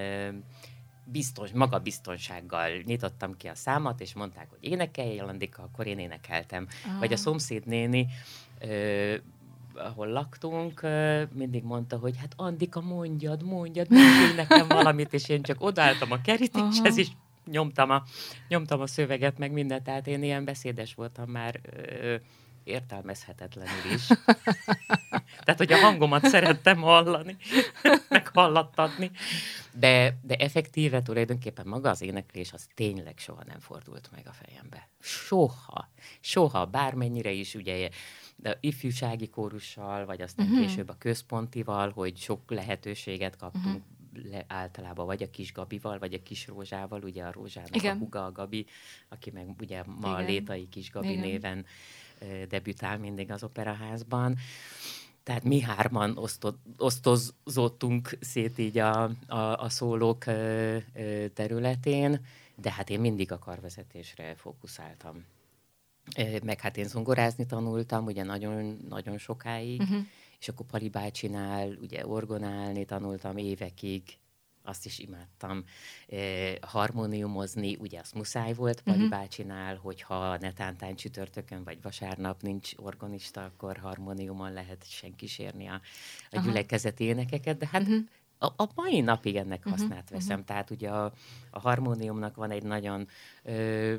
biztos, magabiztonsággal nyitottam ki a számat, és mondták, hogy énekelj, Landika, akkor én énekeltem. Aha. Vagy a szomszéd néni, ö, ahol laktunk, ö, mindig mondta, hogy hát Andika, mondjad, mondjad, mondjad nekem valamit, és én csak odaálltam a kerítéshez, és nyomtam a, nyomtam a szöveget, meg mindent, tehát én ilyen beszédes voltam már ö, értelmezhetetlenül is. Tehát, hogy a hangomat szerettem hallani, meg hallattatni. De, de effektíve tulajdonképpen maga az éneklés, az tényleg soha nem fordult meg a fejembe. Soha. Soha. Bármennyire is, ugye, de ifjúsági kórussal, vagy aztán uh-huh. később a központival, hogy sok lehetőséget kaptunk, uh-huh. le, általában vagy a kis Gabival, vagy a kis Rózsával, ugye a Rózsának igen. a húga a Gabi, aki meg ugye ma igen. a Létai Kis Gabi igen. néven uh, debütál mindig az operaházban. Tehát mi hárman osztott, osztozottunk szét így a, a, a szólók ö, ö, területén, de hát én mindig a karvezetésre fókuszáltam. Ö, meg hát én zongorázni tanultam, ugye nagyon, nagyon sokáig, uh-huh. és akkor Pali bácsinál ugye orgonálni tanultam évekig, azt is imádtam. E, harmóniumozni, ugye azt muszáj volt Pali uh-huh. bácsinál, hogyha netántán csütörtökön vagy vasárnap nincs orgonista, akkor harmóniumon lehet sen kísérni a, a gyülekezeti énekeket, de hát uh-huh. a, a mai napig ennek hasznát uh-huh. veszem. Tehát ugye a, a harmóniumnak van egy nagyon ö,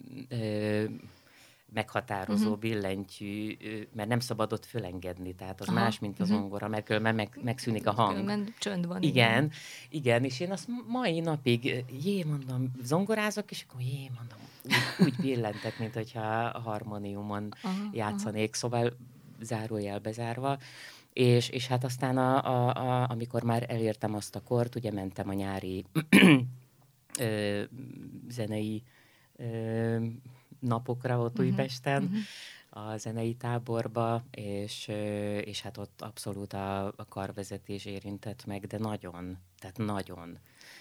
ö, meghatározó uh-huh. billentyű, mert nem szabad ott fölengedni, tehát az aha, más, mint az uh-huh. zongora, mert különben meg, megszűnik a hang. Különben csönd van. Igen, igen, igen, és én azt mai napig, jé, mondom, zongorázok, és akkor jé, mondom, úgy, úgy billentek, mint hogyha a harmóniumon aha, játszanék, aha. szóval zárójel bezárva. És, és hát aztán, a, a, a, amikor már elértem azt a kort, ugye mentem a nyári ö, zenei ö, napokra ott uh-huh. Újpesten, uh-huh. a zenei táborba, és, és hát ott abszolút a, a karvezetés érintett meg, de nagyon, tehát nagyon.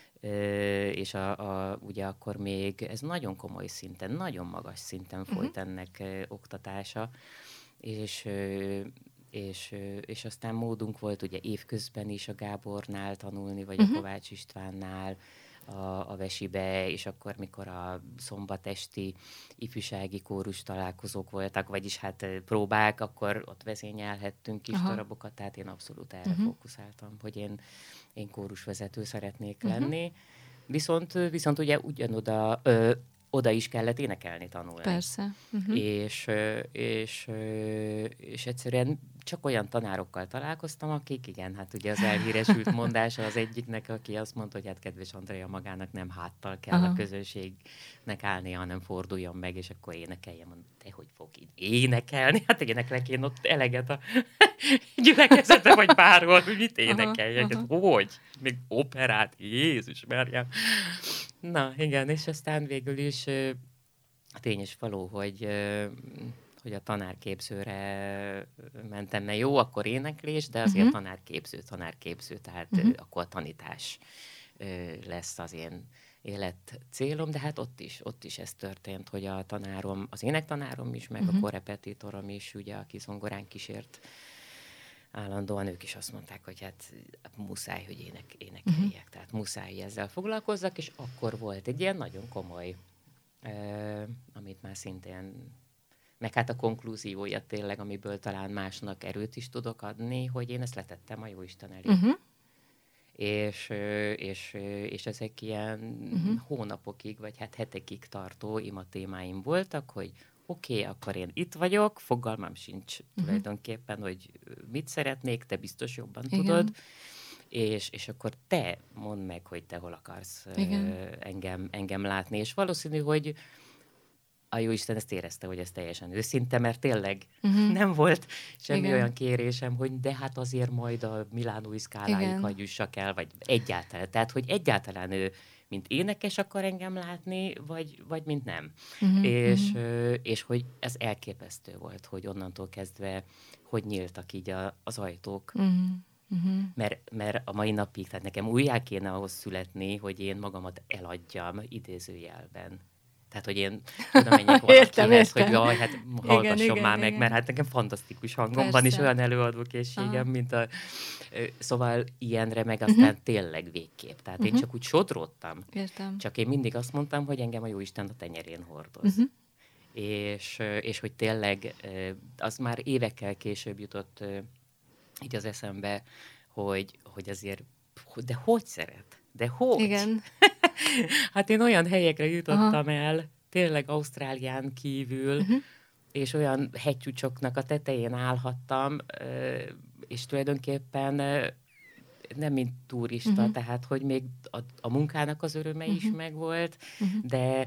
És a, a, ugye akkor még ez nagyon komoly szinten, nagyon magas szinten folyt uh-huh. ennek oktatása, és, és, és aztán módunk volt ugye évközben is a Gábornál tanulni, vagy uh-huh. a Kovács Istvánnál, a, a Vesibe, és akkor, mikor a szombatesti ifjúsági kórus találkozók voltak, vagyis hát próbák, akkor ott vezényelhettünk kis aha. darabokat, tehát én abszolút erre uh-huh. fókuszáltam, hogy én, én kórusvezető szeretnék uh-huh. lenni. Viszont, viszont ugye ugyanoda ö, oda is kellett énekelni, tanulni. Persze. Uh-huh. És, és, és egyszerűen csak olyan tanárokkal találkoztam, akik, igen, hát ugye az elhíresült mondása az egyiknek, aki azt mondta, hogy hát kedves Andrea, magának nem háttal kell aha. a közönségnek állnia, hanem forduljon meg, és akkor énekeljem. Mondom, te hogy fog így énekelni? Hát éneklek én ott eleget a gyülekezetbe, vagy bárhol, hogy mit énekeljek? Aha, aha. Hogy? Még operát? Jézus Mária! Na, igen, és aztán végül is tény és való, hogy, hogy a tanárképzőre mentem, mert jó, akkor éneklés, de azért uh-huh. tanárképző, tanárképző, tehát uh-huh. akkor a tanítás lesz az én élet célom, de hát ott is, ott is ez történt, hogy a tanárom, az énektanárom is, meg uh-huh. a korrepetitorom is, ugye, aki zongorán kísért állandóan, ők is azt mondták, hogy hát muszáj, hogy ének, énekeljek, uh-huh. tehát muszáj ezzel foglalkozzak, és akkor volt egy ilyen nagyon komoly, uh, amit már szintén, meg hát a konklúziója tényleg, amiből talán másnak erőt is tudok adni, hogy én ezt letettem a Jóisten elé. Uh-huh. és, és, és ezek ilyen uh-huh. hónapokig, vagy hát hetekig tartó imatémáim voltak, hogy oké, okay, akkor én itt vagyok, fogalmam sincs uh-huh. tulajdonképpen, hogy mit szeretnék, te biztos jobban Igen. tudod, és, és akkor te mondd meg, hogy te hol akarsz engem, engem látni, és valószínű, hogy a Jóisten ezt érezte, hogy ez teljesen őszinte, mert tényleg uh-huh. nem volt semmi Igen. olyan kérésem, hogy de hát azért majd a milánói szkáláig hagy jussak el, vagy egyáltalán. Tehát, hogy egyáltalán ő mint énekes akar engem látni, vagy, vagy mint nem. Uh-huh. És, uh, és hogy ez elképesztő volt, hogy onnantól kezdve, hogy nyíltak így a, az ajtók. Uh-huh. Uh-huh. Mert, mert a mai napig, tehát nekem újjá kéne ahhoz születni, hogy én magamat eladjam idézőjelben. Tehát, hogy én oda menjek valakihez, hogy jaj, hát hallgasson igen, már igen, meg, igen. mert hát nekem fantasztikus hangom Persze. van, és olyan előadókészségem, Aha. mint a... Szóval ilyenre meg aztán uh-huh. tényleg végképp. Tehát uh-huh. én csak úgy sodródtam. Értem. Csak én mindig azt mondtam, hogy engem a Jóisten a tenyerén hordoz. Uh-huh. És, és hogy tényleg az már évekkel később jutott így az eszembe, hogy, hogy azért, de hogy szeret? De hogy? Igen. Hát én olyan helyekre jutottam Aha. el, tényleg Ausztrálián kívül, uh-huh. és olyan hegycsúcsoknak a tetején állhattam, és tulajdonképpen nem mint turista, uh-huh. tehát hogy még a, a munkának az öröme uh-huh. is megvolt, uh-huh. de,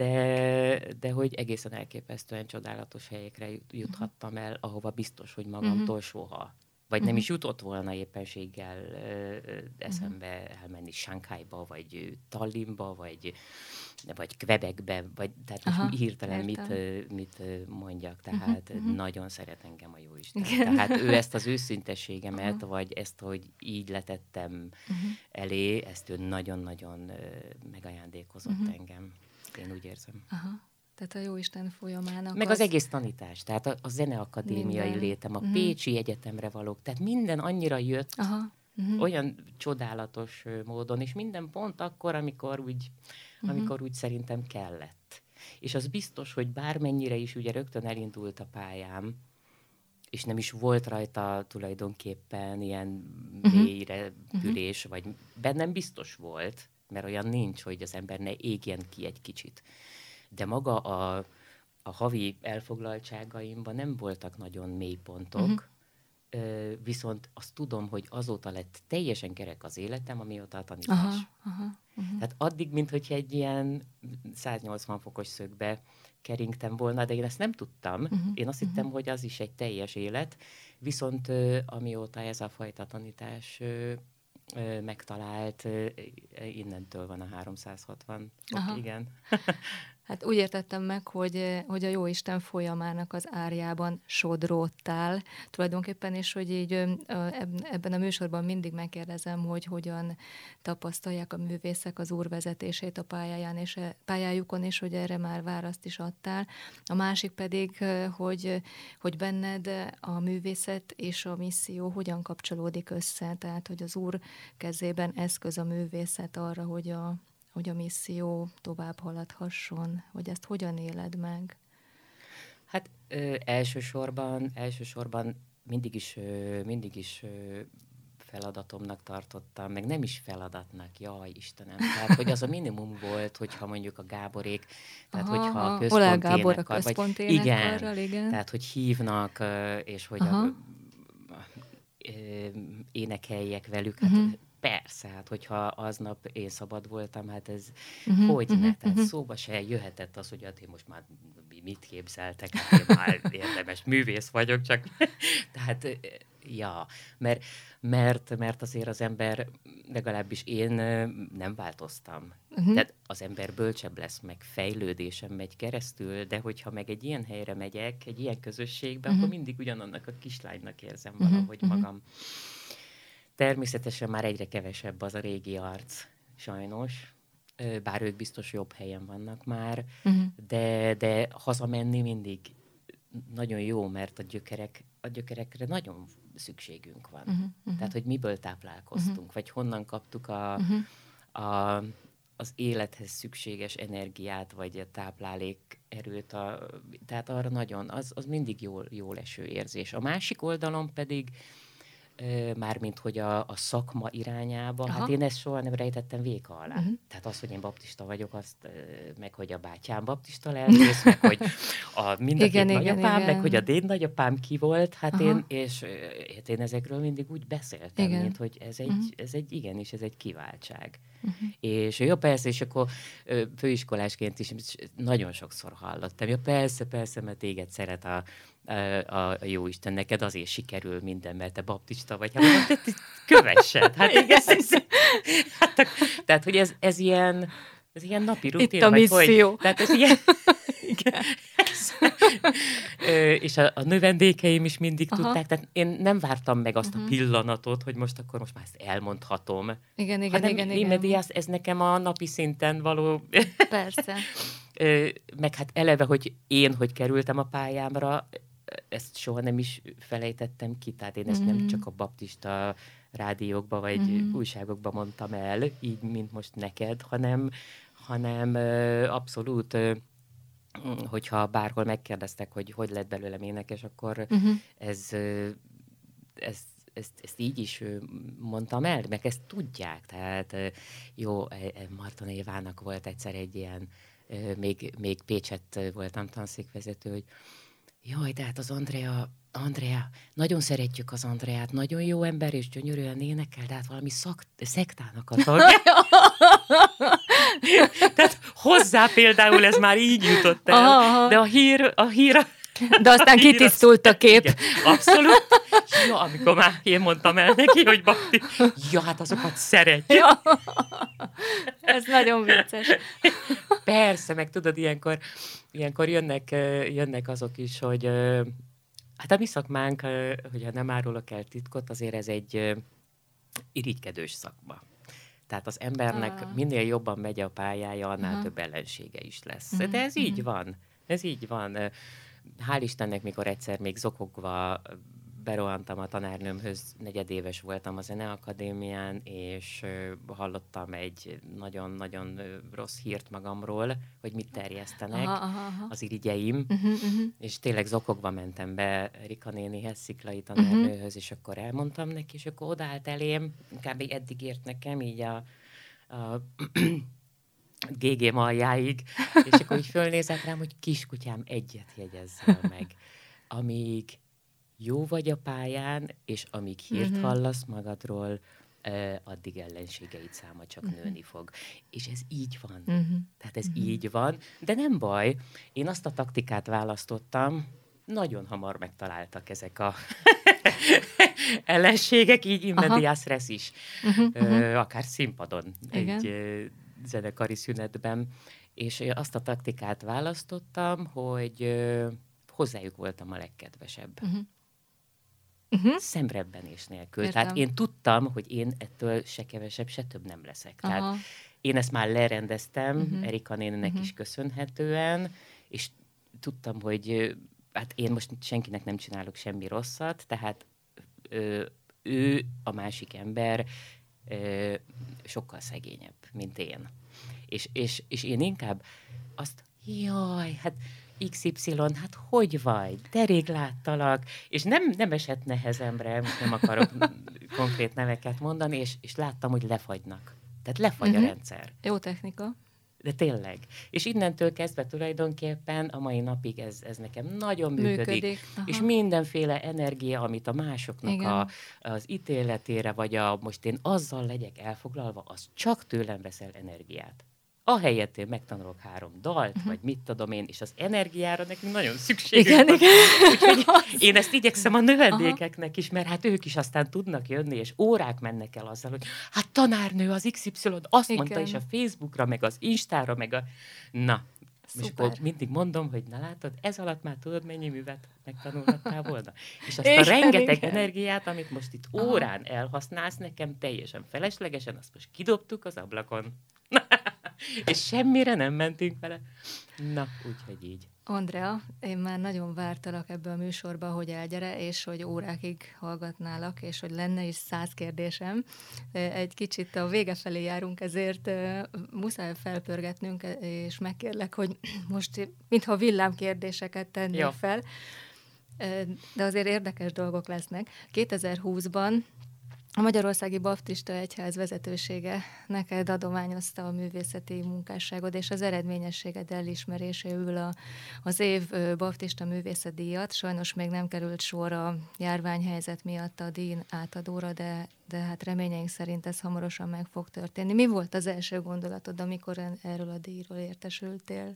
de, de hogy egészen elképesztően csodálatos helyekre juthattam el, ahova biztos, hogy magamtól uh-huh. soha. Vagy uh-huh. nem is jutott volna éppenséggel uh, eszembe uh-huh. elmenni Sánkhájba, vagy Tallinnba, vagy, vagy Quebecbe, vagy tehát Aha, most hirtelen mit, mit mondjak. Tehát uh-huh. nagyon szeret engem a Jóisten. Tehát ő ezt az őszintességemet, uh-huh. vagy ezt, hogy így letettem uh-huh. elé, ezt ő nagyon-nagyon uh, megajándékozott uh-huh. engem. Én úgy érzem. Aha. Tehát a Jóisten folyamának. Meg az, az egész tanítás, tehát a, a zeneakadémiai minden. létem, a uh-huh. Pécsi Egyetemre valók, tehát minden annyira jött, Aha. Uh-huh. olyan csodálatos módon, és minden pont akkor, amikor úgy, uh-huh. amikor úgy szerintem kellett. És az biztos, hogy bármennyire is ugye rögtön elindult a pályám, és nem is volt rajta tulajdonképpen ilyen uh-huh. mélyre pülés, uh-huh. vagy bennem biztos volt, mert olyan nincs, hogy az ember ne égjen ki egy kicsit. De maga a, a havi elfoglaltságaimban nem voltak nagyon mély pontok, uh-huh. viszont azt tudom, hogy azóta lett teljesen kerek az életem, amióta a tanítás. Aha, aha, uh-huh. Tehát addig, minthogyha egy ilyen száznyolcvan fokos szögbe keringtem volna, de én ezt nem tudtam. Uh-huh. Én azt hittem, uh-huh. hogy az is egy teljes élet, viszont amióta ez a fajta tanítás megtalált, innentől van a háromszázhatvan fok, igen. Hát úgy értettem meg, hogy, hogy a Jóisten folyamának az árjában sodródtál tulajdonképpen, és hogy így ebben a műsorban mindig megkérdezem, hogy hogyan tapasztalják a művészek az Úr vezetését a pályáján és pályájukon, és hogy erre már választ is adtál. A másik pedig, hogy, hogy benned a művészet és a misszió hogyan kapcsolódik össze, tehát hogy az Úr kezében eszköz a művészet arra, hogy a hogy a misszió tovább haladhasson, hogy ezt hogyan éled meg? Hát ö, elsősorban, elsősorban mindig is, ö, mindig is ö, feladatomnak tartottam, meg nem is feladatnak, jaj Istenem. Tehát, hogy az a minimum volt, hogyha mondjuk a Gáborék, tehát aha, hogyha a központénekkar, vagy igen, igen, tehát hogy hívnak, és hogy a, a, ö, énekeljek velük, hát uh-huh. persze, hát hogyha aznap én szabad voltam, hát ez uh-huh, hogy uh-huh, ne? Tehát uh-huh. szóba se jöhetett az, hogy hát én most már mit képzeltek, hát én már érdemes művész vagyok, csak tehát, ja, mert, mert, mert azért az ember, legalábbis én nem változtam. Uh-huh. Tehát az ember bölcsebb lesz, meg fejlődésem megy keresztül, de hogyha meg egy ilyen helyre megyek, egy ilyen közösségbe, uh-huh. akkor mindig ugyanannak a kislánynak érzem uh-huh, valahogy uh-huh. magam. Természetesen már egyre kevesebb az a régi arc, sajnos, bár ők biztos jobb helyen vannak már, uh-huh. de, de hazamenni mindig nagyon jó, mert a, gyökerek, a gyökerekre nagyon szükségünk van. Uh-huh. Uh-huh. Tehát, hogy miből táplálkoztunk, uh-huh. vagy honnan kaptuk a, uh-huh. a, az élethez szükséges energiát, vagy a táplálék erőt. A, tehát arra nagyon, az, az mindig jól, jól eső érzés. A másik oldalon pedig mármint hogy a, a szakma irányába, Aha. hát én ezt soha nem rejtettem véka alá. Uh-huh. Tehát az, hogy én baptista vagyok, azt, meg hogy a bátyám baptista lelkész, meg hogy a mind a Igen, két igen, nagyapám, igen. meg hogy a déd nagyapám ki volt, hát Aha. én, és hát én ezekről mindig úgy beszéltem, Igen. mint hogy ez egy, Uh-huh. ez egy igenis, ez egy kiváltság. Uh-huh. És jó, persze, és akkor ö, főiskolásként is nagyon sokszor hallottam. Ja, persze, persze, mert téged szeret a, a, a Jóisten, neked azért sikerül minden, mert te baptista vagy. Hát mondom, te, te kövessed. Hát, ez, ez, hát, tehát, hogy ez, ez ilyen, ez ilyen napi rutin. Itt a vagy misszió. hogy, tehát ez ilyen... Igen. Ö, és a, a növendékeim is mindig Aha. tudták, tehát én nem vártam meg azt Uh-huh. a pillanatot, hogy most akkor most már ezt elmondhatom. Igen, igen, hanem igen, Íme igen. Díaz, ez nekem a napi szinten való, Persze. Ö, meg hát eleve, hogy én, hogy kerültem a pályámra, ezt soha nem is felejtettem ki, tehát én ezt Mhm. nem csak a baptista rádiókba vagy Mhm. újságokba mondtam el, így, mint most neked, hanem, hanem ö, abszolút, ö, hogyha bárhol megkérdeztek, hogy hogy lett belőlem énekes, akkor Uh-huh. ez, ö, ez ezt, ezt így is ö, mondtam el, meg ezt tudják. Tehát ö, jó, e- e, Marton Évának volt egyszer egy ilyen, ö, még, még Pécsett voltam tanszékvezető, hogy jaj, de hát az Andrea, Andrea, nagyon szeretjük az Andreát, nagyon jó ember és gyönyörűen énekel, de hát valami szak, szektának a tagja. Tehát hozzá például ez már így jutott el, Aha, aha. de a hír, a hír De aztán kitisztult a kép. igen, abszolút. Ja, amikor már én mondtam el neki, hogy Bakti, ja, hát azokat szeretjük. Ja. Ez nagyon vicces. Persze, meg tudod, ilyenkor, ilyenkor jönnek, ö, jönnek azok is, hogy ö, hát a mi szakmánk, ö, hogyha nem árulok el titkot, azért ez egy ö, irigykedős szakma. Tehát az embernek Ah. minél jobban megy a pályája, annál Aha. több ellensége is lesz. Mhm, De ez így mhm. van. Ez így van. Ö, Hál' Istennek, mikor egyszer még zokogva berohantam a tanárnőmhöz, negyedéves voltam a Zeneakadémián, és ö, hallottam egy nagyon-nagyon ö, rossz hírt magamról, hogy mit terjesztenek Aha, aha, aha. az irigyeim, Uh-huh, uh-huh. és tényleg zokogva mentem be Rika nénihez, Sziklai tanárnőhöz, és akkor elmondtam neki, és akkor odaállt elém, kb. Eddig ért nekem, így a, a gé gé maljáig, és akkor így fölnézett rám, hogy kiskutyám, egyet jegyezzel meg. Amíg jó vagy a pályán, és amíg hírt Mhm. hallasz magadról, ö, addig ellenségeid száma csak nőni fog. És ez így van. Uh-huh. Tehát ez így van, de nem baj. Én azt a taktikát választottam, nagyon hamar megtaláltak ezek a ellenségek, így immediás res is. Uh-huh, Ö, akár színpadon, Igen. egy ö, zenekari szünetben. És ö, azt a taktikát választottam, hogy ö, hozzájuk voltam a legkedvesebb. Uh-huh. Uh-huh. Szemrebbenés nélkül. Értem. Tehát én tudtam, hogy én ettől se kevesebb, se több nem leszek. Tehát Aha. én ezt már lerendeztem, Mhm. uh-huh. Erika néninek Mhm. is köszönhetően, és tudtam, hogy ö, hát én most senkinek nem csinálok semmi rosszat, tehát ö, ő, a másik ember ö, sokkal szegényebb, mint én. És, és, és én inkább azt, jaj, hát iksz ipszilon, hát hogy vagy? De rég láttalak. És nem, nem esett nehezemre, most nem akarok konkrét neveket mondani, és, és láttam, hogy lefagynak. Tehát lefagy Mhm. a rendszer. Jó technika. De tényleg. És innentől kezdve tulajdonképpen a mai napig ez, ez nekem nagyon működik. Működik. Aha. És mindenféle energia, amit a másoknak Igen. a, az ítéletére, vagy a most én azzal legyek elfoglalva, az csak tőlem veszel energiát. Ahelyett én megtanulok három dalt, uh-huh. vagy mit tudom én, és az energiára nekünk nagyon szükségünk Igen, van. igen. Úgyhogy én ezt igyekszem a növendékeknek is, mert hát ők is aztán tudnak jönni, és órák mennek el azzal, hogy hát tanárnő az iksz ipszilon azt Igen. mondta, és a Facebookra, meg az Instára, meg a... Na, és Szuper. akkor mindig mondom, hogy na látod, ez alatt már tudod, mennyi művet megtanulhattál volna. És azt Igen, a rengeteg igen. energiát, amit most itt Aha. órán elhasználsz nekem teljesen feleslegesen, azt most kidobtuk az ablakon. És semmire nem mentünk vele. Na, úgyhogy így. Andrea, én már nagyon vártalak ebbe a műsorba, hogy elgyere, és hogy órákig hallgatnálak, és hogy lenne is száz kérdésem. Egy kicsit a vége felé járunk, ezért ö, muszáj felpörgetnünk, és megkérlek, hogy most mintha villámkérdéseket tennél Jó. fel. De azért érdekes dolgok lesznek. kétezer-húszban a Magyarországi Baptista Egyház vezetősége neked adományozta a művészeti munkásságod, és az eredményességed elismeréséül a, az év baptista művészetdíjat. Sajnos még nem került sor a járványhelyzet miatt a díj átadóra, de, de hát reményeink szerint ez hamarosan meg fog történni. Mi volt az első gondolatod, amikor erről a díjról értesültél?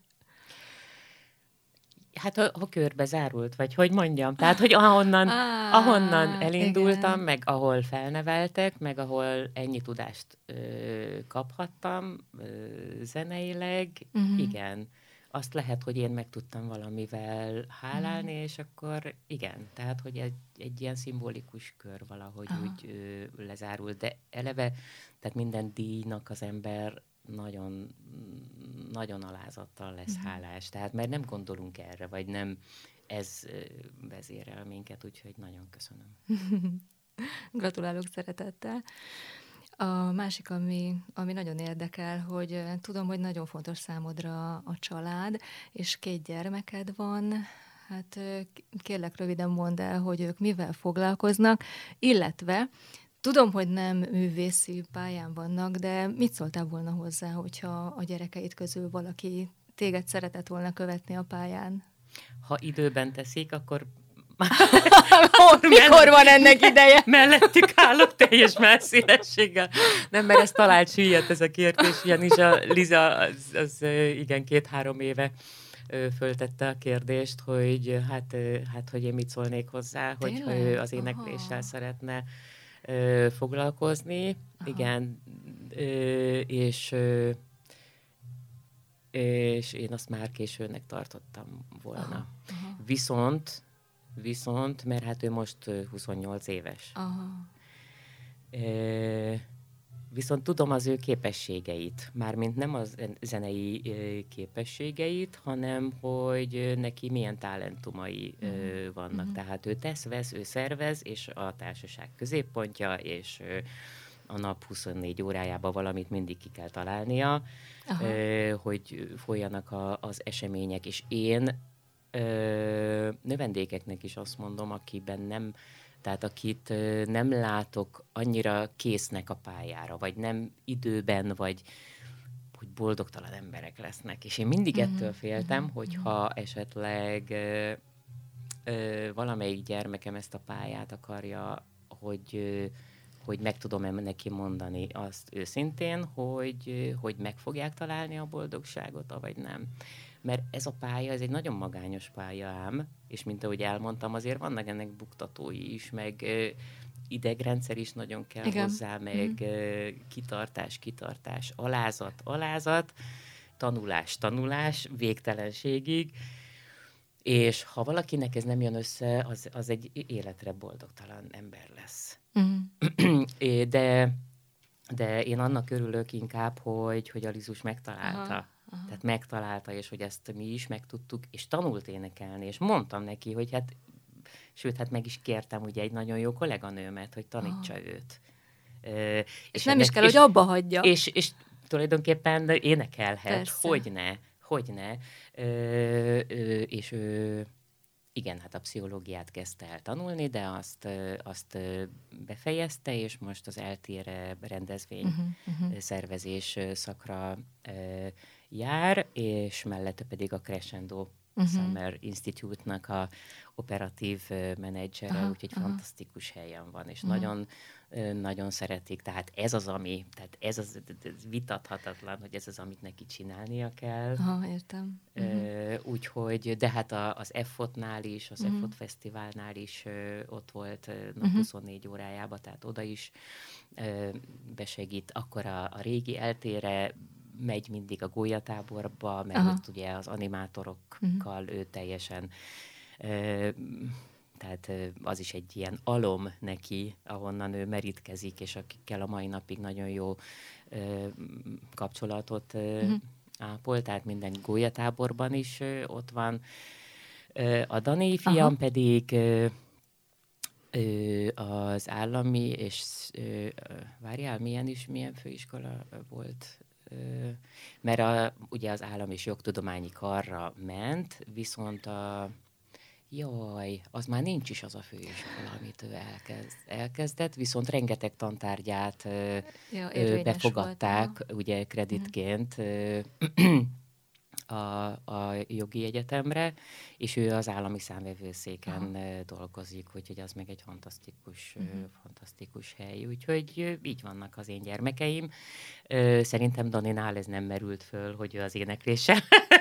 Hát ha, ha körbe zárult, vagy hogy mondjam. Tehát, hogy ahonnan, ah, ahonnan elindultam, igen. meg ahol felneveltek, meg ahol ennyi tudást ö, kaphattam ö, zeneileg, uh-huh. igen. Azt lehet, hogy én meg tudtam valamivel hálálni, uh-huh. és akkor igen. Tehát, hogy egy, egy ilyen szimbolikus kör valahogy uh-huh. úgy ö, lezárult. De eleve, tehát minden díjnak az ember nagyon, nagyon alázattal lesz uh-huh. hálás. Tehát, mert nem gondolunk erre, vagy nem ez vezérel minket, úgyhogy nagyon köszönöm. Gratulálok szeretettel. A másik, ami, ami nagyon érdekel, hogy tudom, hogy nagyon fontos számodra a család, és két gyermeked van. Hát kérlek röviden mondd el, hogy ők mivel foglalkoznak, illetve tudom, hogy nem művészi pályán vannak, de mit szóltál volna hozzá, hogyha a gyerekeid közül valaki téged szeretett volna követni a pályán? Ha időben teszik, akkor... Mikor van ennek ideje? Mellettük állok teljes messzélességgel. Nem, mert ez talált süllyedt ez a kérdés, ugyanis a Liza az, az igen két-három éve föltette a kérdést, hogy hát, hát hogy én mit szólnék hozzá, hogy ő az énekléssel Aha. szeretne Ö, foglalkozni, Aha. igen, ö, és, ö, és én azt már későnek tartottam volna. Aha. Aha. Viszont, viszont, mert hát ő most huszonnyolc éves. Aha. Ö, viszont tudom az ő képességeit, mármint nem az zenei képességeit, hanem hogy neki milyen talentumai uh-huh. vannak. Uh-huh. Tehát ő tesz, vesz, ő szervez, és a társaság középpontja, és a nap huszonnégy órájában valamit mindig ki kell találnia, uh, hogy folyjanak a, az események. És én ö, növendékeknek is azt mondom, akiben nem... Tehát akit nem látok annyira késznek a pályára, vagy nem időben, vagy hogy boldogtalan emberek lesznek. És én mindig uh-huh. ettől féltem, uh-huh. hogyha esetleg ö, ö, valamelyik gyermekem ezt a pályát akarja, hogy, ö, hogy meg tudom-e neki mondani azt őszintén, hogy, hogy meg fogják találni a boldogságot, vagy nem. Mert ez a pálya, ez egy nagyon magányos pálya ám, és mint ahogy elmondtam, azért vannak ennek buktatói is, meg ö, idegrendszer is nagyon kell Igen. hozzá, meg mm. ö, kitartás, kitartás, alázat, alázat, tanulás, tanulás, végtelenségig, és ha valakinek ez nem jön össze, az, az egy életre boldogtalan ember lesz. Mm. de, de én annak örülök inkább, hogy, hogy a Lizus megtalálta. Aha. Aha. Tehát megtalálta, és hogy ezt mi is megtudtuk, és tanult énekelni, és mondtam neki, hogy hát, sőt, hát meg is kértem ugye egy nagyon jó kolléganőmet, hogy tanítsa Aha. őt. Uh, és, és nem ennek, is kell, és, hogy abba hagyja. És, és tulajdonképpen énekelhet, hogyne, hogyne. Uh, uh, és ő, uh, igen, hát a pszichológiát kezdte el tanulni, de azt, uh, azt uh, befejezte, és most az eltére rendezvény uh-huh, uh-huh. szervezés szakra uh, jár, és mellette pedig a Crescendo uh-huh. Summer Institute-nak a operatív uh, menedzsere, aha, úgyhogy aha. fantasztikus helyen van, és uh-huh. nagyon, uh, nagyon szeretik. Tehát ez az, ami, tehát ez az ez vitathatatlan, hogy ez az, amit neki csinálnia kell. Aha, értem. Uh, úgyhogy, de hát a, az F O T-nál is, az uh-huh. F O T Fesztiválnál is uh, ott volt uh, nap uh-huh. huszonnégy órájában, tehát oda is uh, besegít. Akkor a, a régi eltére megy mindig a gólyatáborba, mert ott ugye az animátorokkal uh-huh. ő teljesen, ö, tehát ö, az is egy ilyen alom neki, ahonnan ő merítkezik, és akikkel a mai napig nagyon jó ö, kapcsolatot ö, uh-huh. ápol, tehát minden gólyatáborban is ö, ott van. Ö, a Dani fiam Aha. pedig ö, ö, az állami, és ö, várjál, milyen is, milyen főiskola volt? Mert a, ugye az állam és jogtudományi karra ment, viszont a Jaj, az már nincs is az a főiskola, amit ő elkezd, elkezdett, viszont rengeteg tantárgyát ö, Ja, ö, érvényes befogadták, volt, ugye kreditként ö, a, a jogi egyetemre, és ő az állami számvevőszéken ö, dolgozik, úgyhogy az meg egy fantasztikus, ö, fantasztikus hely. Úgyhogy ö, így vannak az én gyermekeim. Ö, Szerintem Daninál ez nem merült föl, hogy ő az énekléssel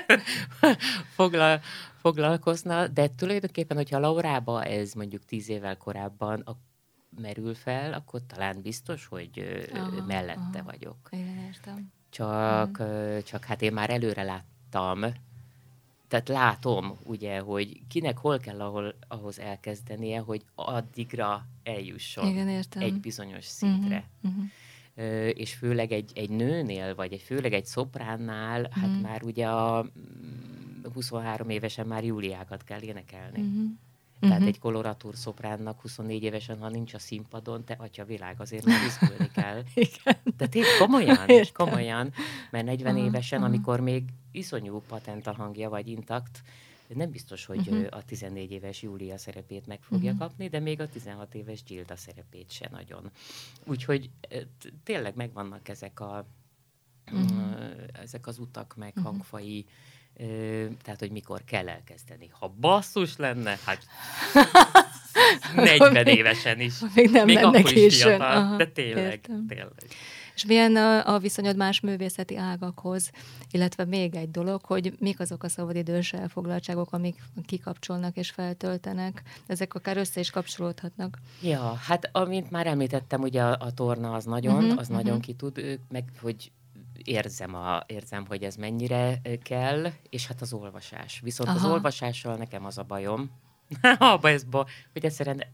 foglal, foglalkozna, de tulajdonképpen, hogyha Laurába ez mondjuk tíz évvel korábban a, merül fel, akkor talán biztos, hogy ö, Aha, mellette aha. vagyok. Igen, értem. Csak, ö, csak hát én már előre láttam, tehát látom, ugye, hogy kinek hol kell ahol, ahhoz elkezdenie, hogy addigra eljusson Igen, értem. egy bizonyos szintre. Mhm, mhm. Ö, és főleg egy, egy nőnél, vagy egy, főleg egy szopránnál, hát Mhm. már ugye a mm, huszonhárom évesen már Júliákat kell énekelni. Mhm. Tehát Mhm. egy koloratúr szopránnak huszonnégy évesen, ha nincs a színpadon, te atya világ, azért már izgulni kell. Igen. De tényleg komolyan, Értem. komolyan, mert negyven Aha, évesen, aha. amikor még iszonyú patent a hangja, vagy intakt, nem biztos, hogy Mhm. ö, a tizennégy éves Júlia szerepét meg fogja Mhm. kapni, de még a tizenhat éves Gilda szerepét se nagyon. Úgyhogy ö, t- tényleg megvannak ezek a Mhm. ö, ezek az utak, meg hangfai, ö, tehát, hogy mikor kell elkezdeni. Ha basszus lenne, hát negyven még- évesen is. még nem még lenne akkor is későn. fiatal, Aha, de tényleg, értem. tényleg. És milyen a, a viszonyod más művészeti ágakhoz, illetve még egy dolog, hogy mik azok a szabadidős elfoglaltságok, amik kikapcsolnak és feltöltenek. Ezek akár össze is kapcsolódhatnak. Ja, hát amint már említettem, ugye a, a torna az nagyon, Mhm, uh-huh, az mhm. nagyon ki tud, ö, meg hogy érzem, a, érzem, hogy ez mennyire ö, kell, és hát az olvasás. Viszont Aha. az Aha. olvasással nekem az a bajom, abba ez ba, hogy egyszerűen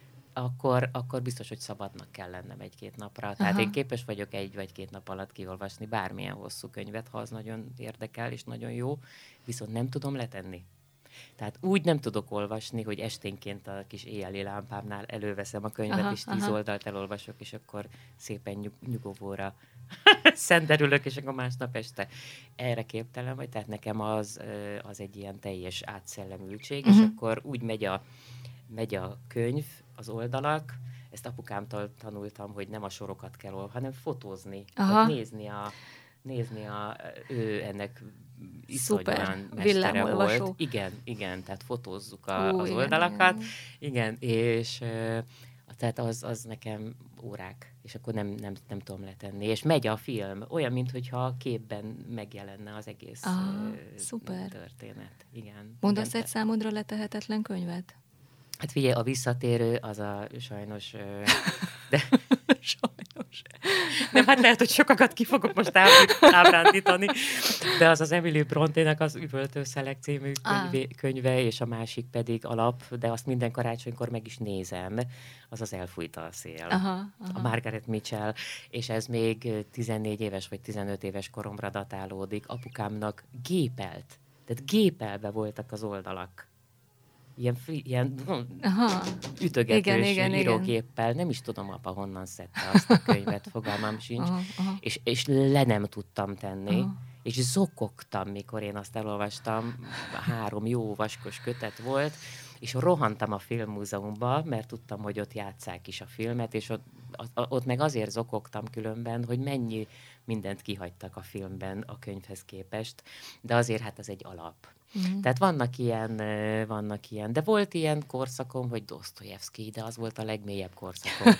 akkor, akkor biztos, hogy szabadnak kell lennem egy-két napra. Tehát Aha. én képes vagyok egy vagy két nap alatt kiolvasni bármilyen hosszú könyvet, ha az nagyon érdekel és nagyon jó, viszont nem tudom letenni. Tehát úgy nem tudok olvasni, hogy esténként a kis éjjeli lámpámnál előveszem a könyvet, Aha, és tíz aha. oldalt elolvasok, és akkor szépen nyug- nyugovóra szenderülök, és akkor másnap este erre képtelen vagy. Tehát nekem az, ö, az egy ilyen teljes átszellemültség, Mhm. és akkor úgy megy a, megy a könyv, az oldalak, ezt apukámtól tanultam, hogy nem a sorokat kell olvasni, hanem fotózni, Aha. tehát nézni a, nézni a, ő ennek Szuper, iszonyúan mestere villámolvasó. volt. Igen, igen, tehát fotózzuk a, Ú, az igen, oldalakat, igen. igen, és ö, tehát az, az nekem órák, és akkor nem, nem, nem tudom letenni. És megy a film, olyan, mintha képben megjelenne az egész Ah, ö, szuper. történet. Igen. Mondasz igen. egy számodra letehetetlen könyvet? Hát figyelj, a visszatérő az a sajnos... ö, De Sajnos. nem, hát lehet, hogy sokakat ki fogok most ábr- ábrándítani, de az az Emily Brontének az Üvöltőszelek című könyve, könyve, és a másik pedig alap, de azt minden karácsonykor meg is nézem, az az Elfújta a szél. Aha, aha. A Margaret Mitchell, és ez még ö, tizennégy éves vagy tizenöt éves koromra datálódik. Apukámnak gépelt, tehát gépelve voltak az oldalak. Ilyen, fri, ilyen Aha. ütögetős Igen, igen, igen. írógéppel. Nem is tudom, apa honnan szedte azt a könyvet, fogalmam sincs. Aha, aha. És, és le nem tudtam tenni. Aha. És zokogtam, mikor én azt elolvastam. Három jó vaskos kötet volt, és rohantam a filmmúzeumba, mert tudtam, hogy ott játsszák is a filmet, és ott, ott meg azért zokogtam különben, hogy mennyi mindent kihagytak a filmben a könyvhez képest, de azért hát az egy alap. Mhm. Tehát vannak ilyen, ö, vannak ilyen, de volt ilyen korszakom, hogy Dosztojevszkij, de az volt a legmélyebb korszakom.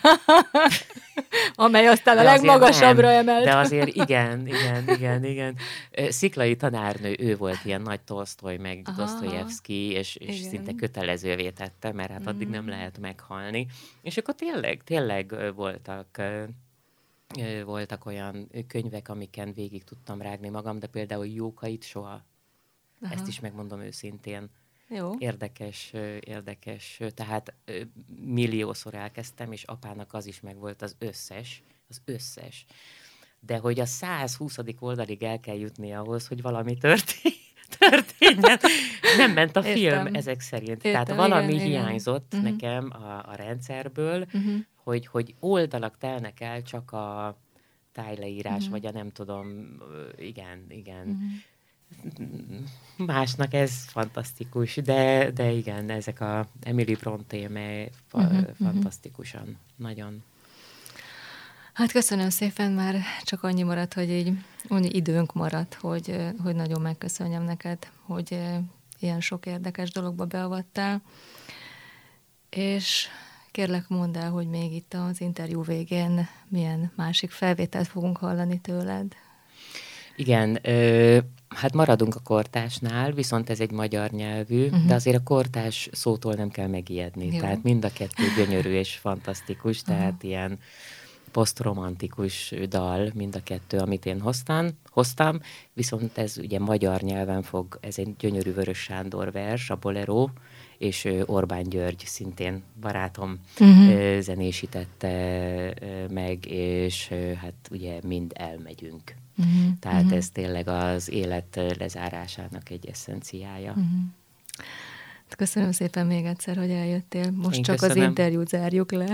Amely aztán a De azért legmagasabbra nem, emelt. De azért igen, igen, igen, igen. Ö, Sziklai tanárnő, ő volt ilyen nagy Tolsztoj, meg Aha, Dosztojevszkij, és, és igen. szinte kötelezővé tette, mert hát addig nem lehet meghalni. És akkor tényleg, tényleg ö, voltak... ö, ö, voltak olyan könyvek, amiken végig tudtam rágni magam, de például Jókait soha. Aha. Ezt is megmondom őszintén. Jó. Érdekes, ö, érdekes. ö, Tehát ö, milliószor elkezdtem, és apának az is megvolt az összes, az összes. De hogy a százhuszadik oldalig el kell jutni ahhoz, hogy valami történt. történjen. Nem ment a film Értem. ezek szerint. Értem, Tehát valami igen, igen. hiányzott Mhm. nekem a, a rendszerből, Uh-huh. hogy, hogy oldalak telnek el csak a tájleírás, Mhm. vagy a nem tudom, ö, igen, igen. Uh-huh. másnak ez fantasztikus, de, de igen, ezek a Emily Brontë fa- uh-huh, fantasztikusan, uh-huh. nagyon. Hát köszönöm szépen, már csak annyi maradt, hogy így annyi időnk maradt, hogy, hogy nagyon megköszönjem neked, hogy ilyen sok érdekes dologba beavattál. És kérlek, mondd el, hogy még itt az interjú végén milyen másik felvételt fogunk hallani tőled. Igen, ö, hát maradunk a kortásnál, viszont ez egy magyar nyelvű, uh-huh. de azért a kortás szótól nem kell megijedni. Jó. Tehát mind a kettő gyönyörű és fantasztikus, uh-huh. tehát ilyen posztromantikus dal mind a kettő, amit én hoztam, hoztam, viszont ez ugye magyar nyelven fog, ez egy gyönyörű Vörös Sándor vers, a Bolero, és Orbán György, szintén barátom, uh-huh. zenésítette meg, és hát ugye mind elmegyünk. Uh-huh. Tehát uh-huh. ez tényleg az élet lezárásának egy eszenciája. Uh-huh. Köszönöm szépen még egyszer, hogy eljöttél. Most Én csak köszönöm. Az interjút zárjuk le.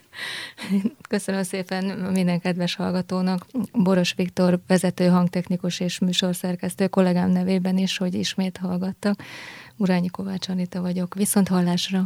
Köszönöm szépen minden kedves hallgatónak, Boros Viktor vezető hangtechnikus és műsorszerkesztő kollégám nevében is, hogy ismét hallgattak. Murányi Kovács Anita vagyok. Viszont hallásra!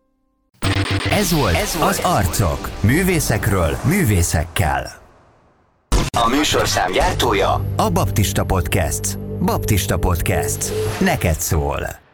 Ez volt, Ez volt az Arcok. Művészekről, művészekkel. A műsorszám gyártója a Baptista Podcast. Baptista Podcast. Neked szól.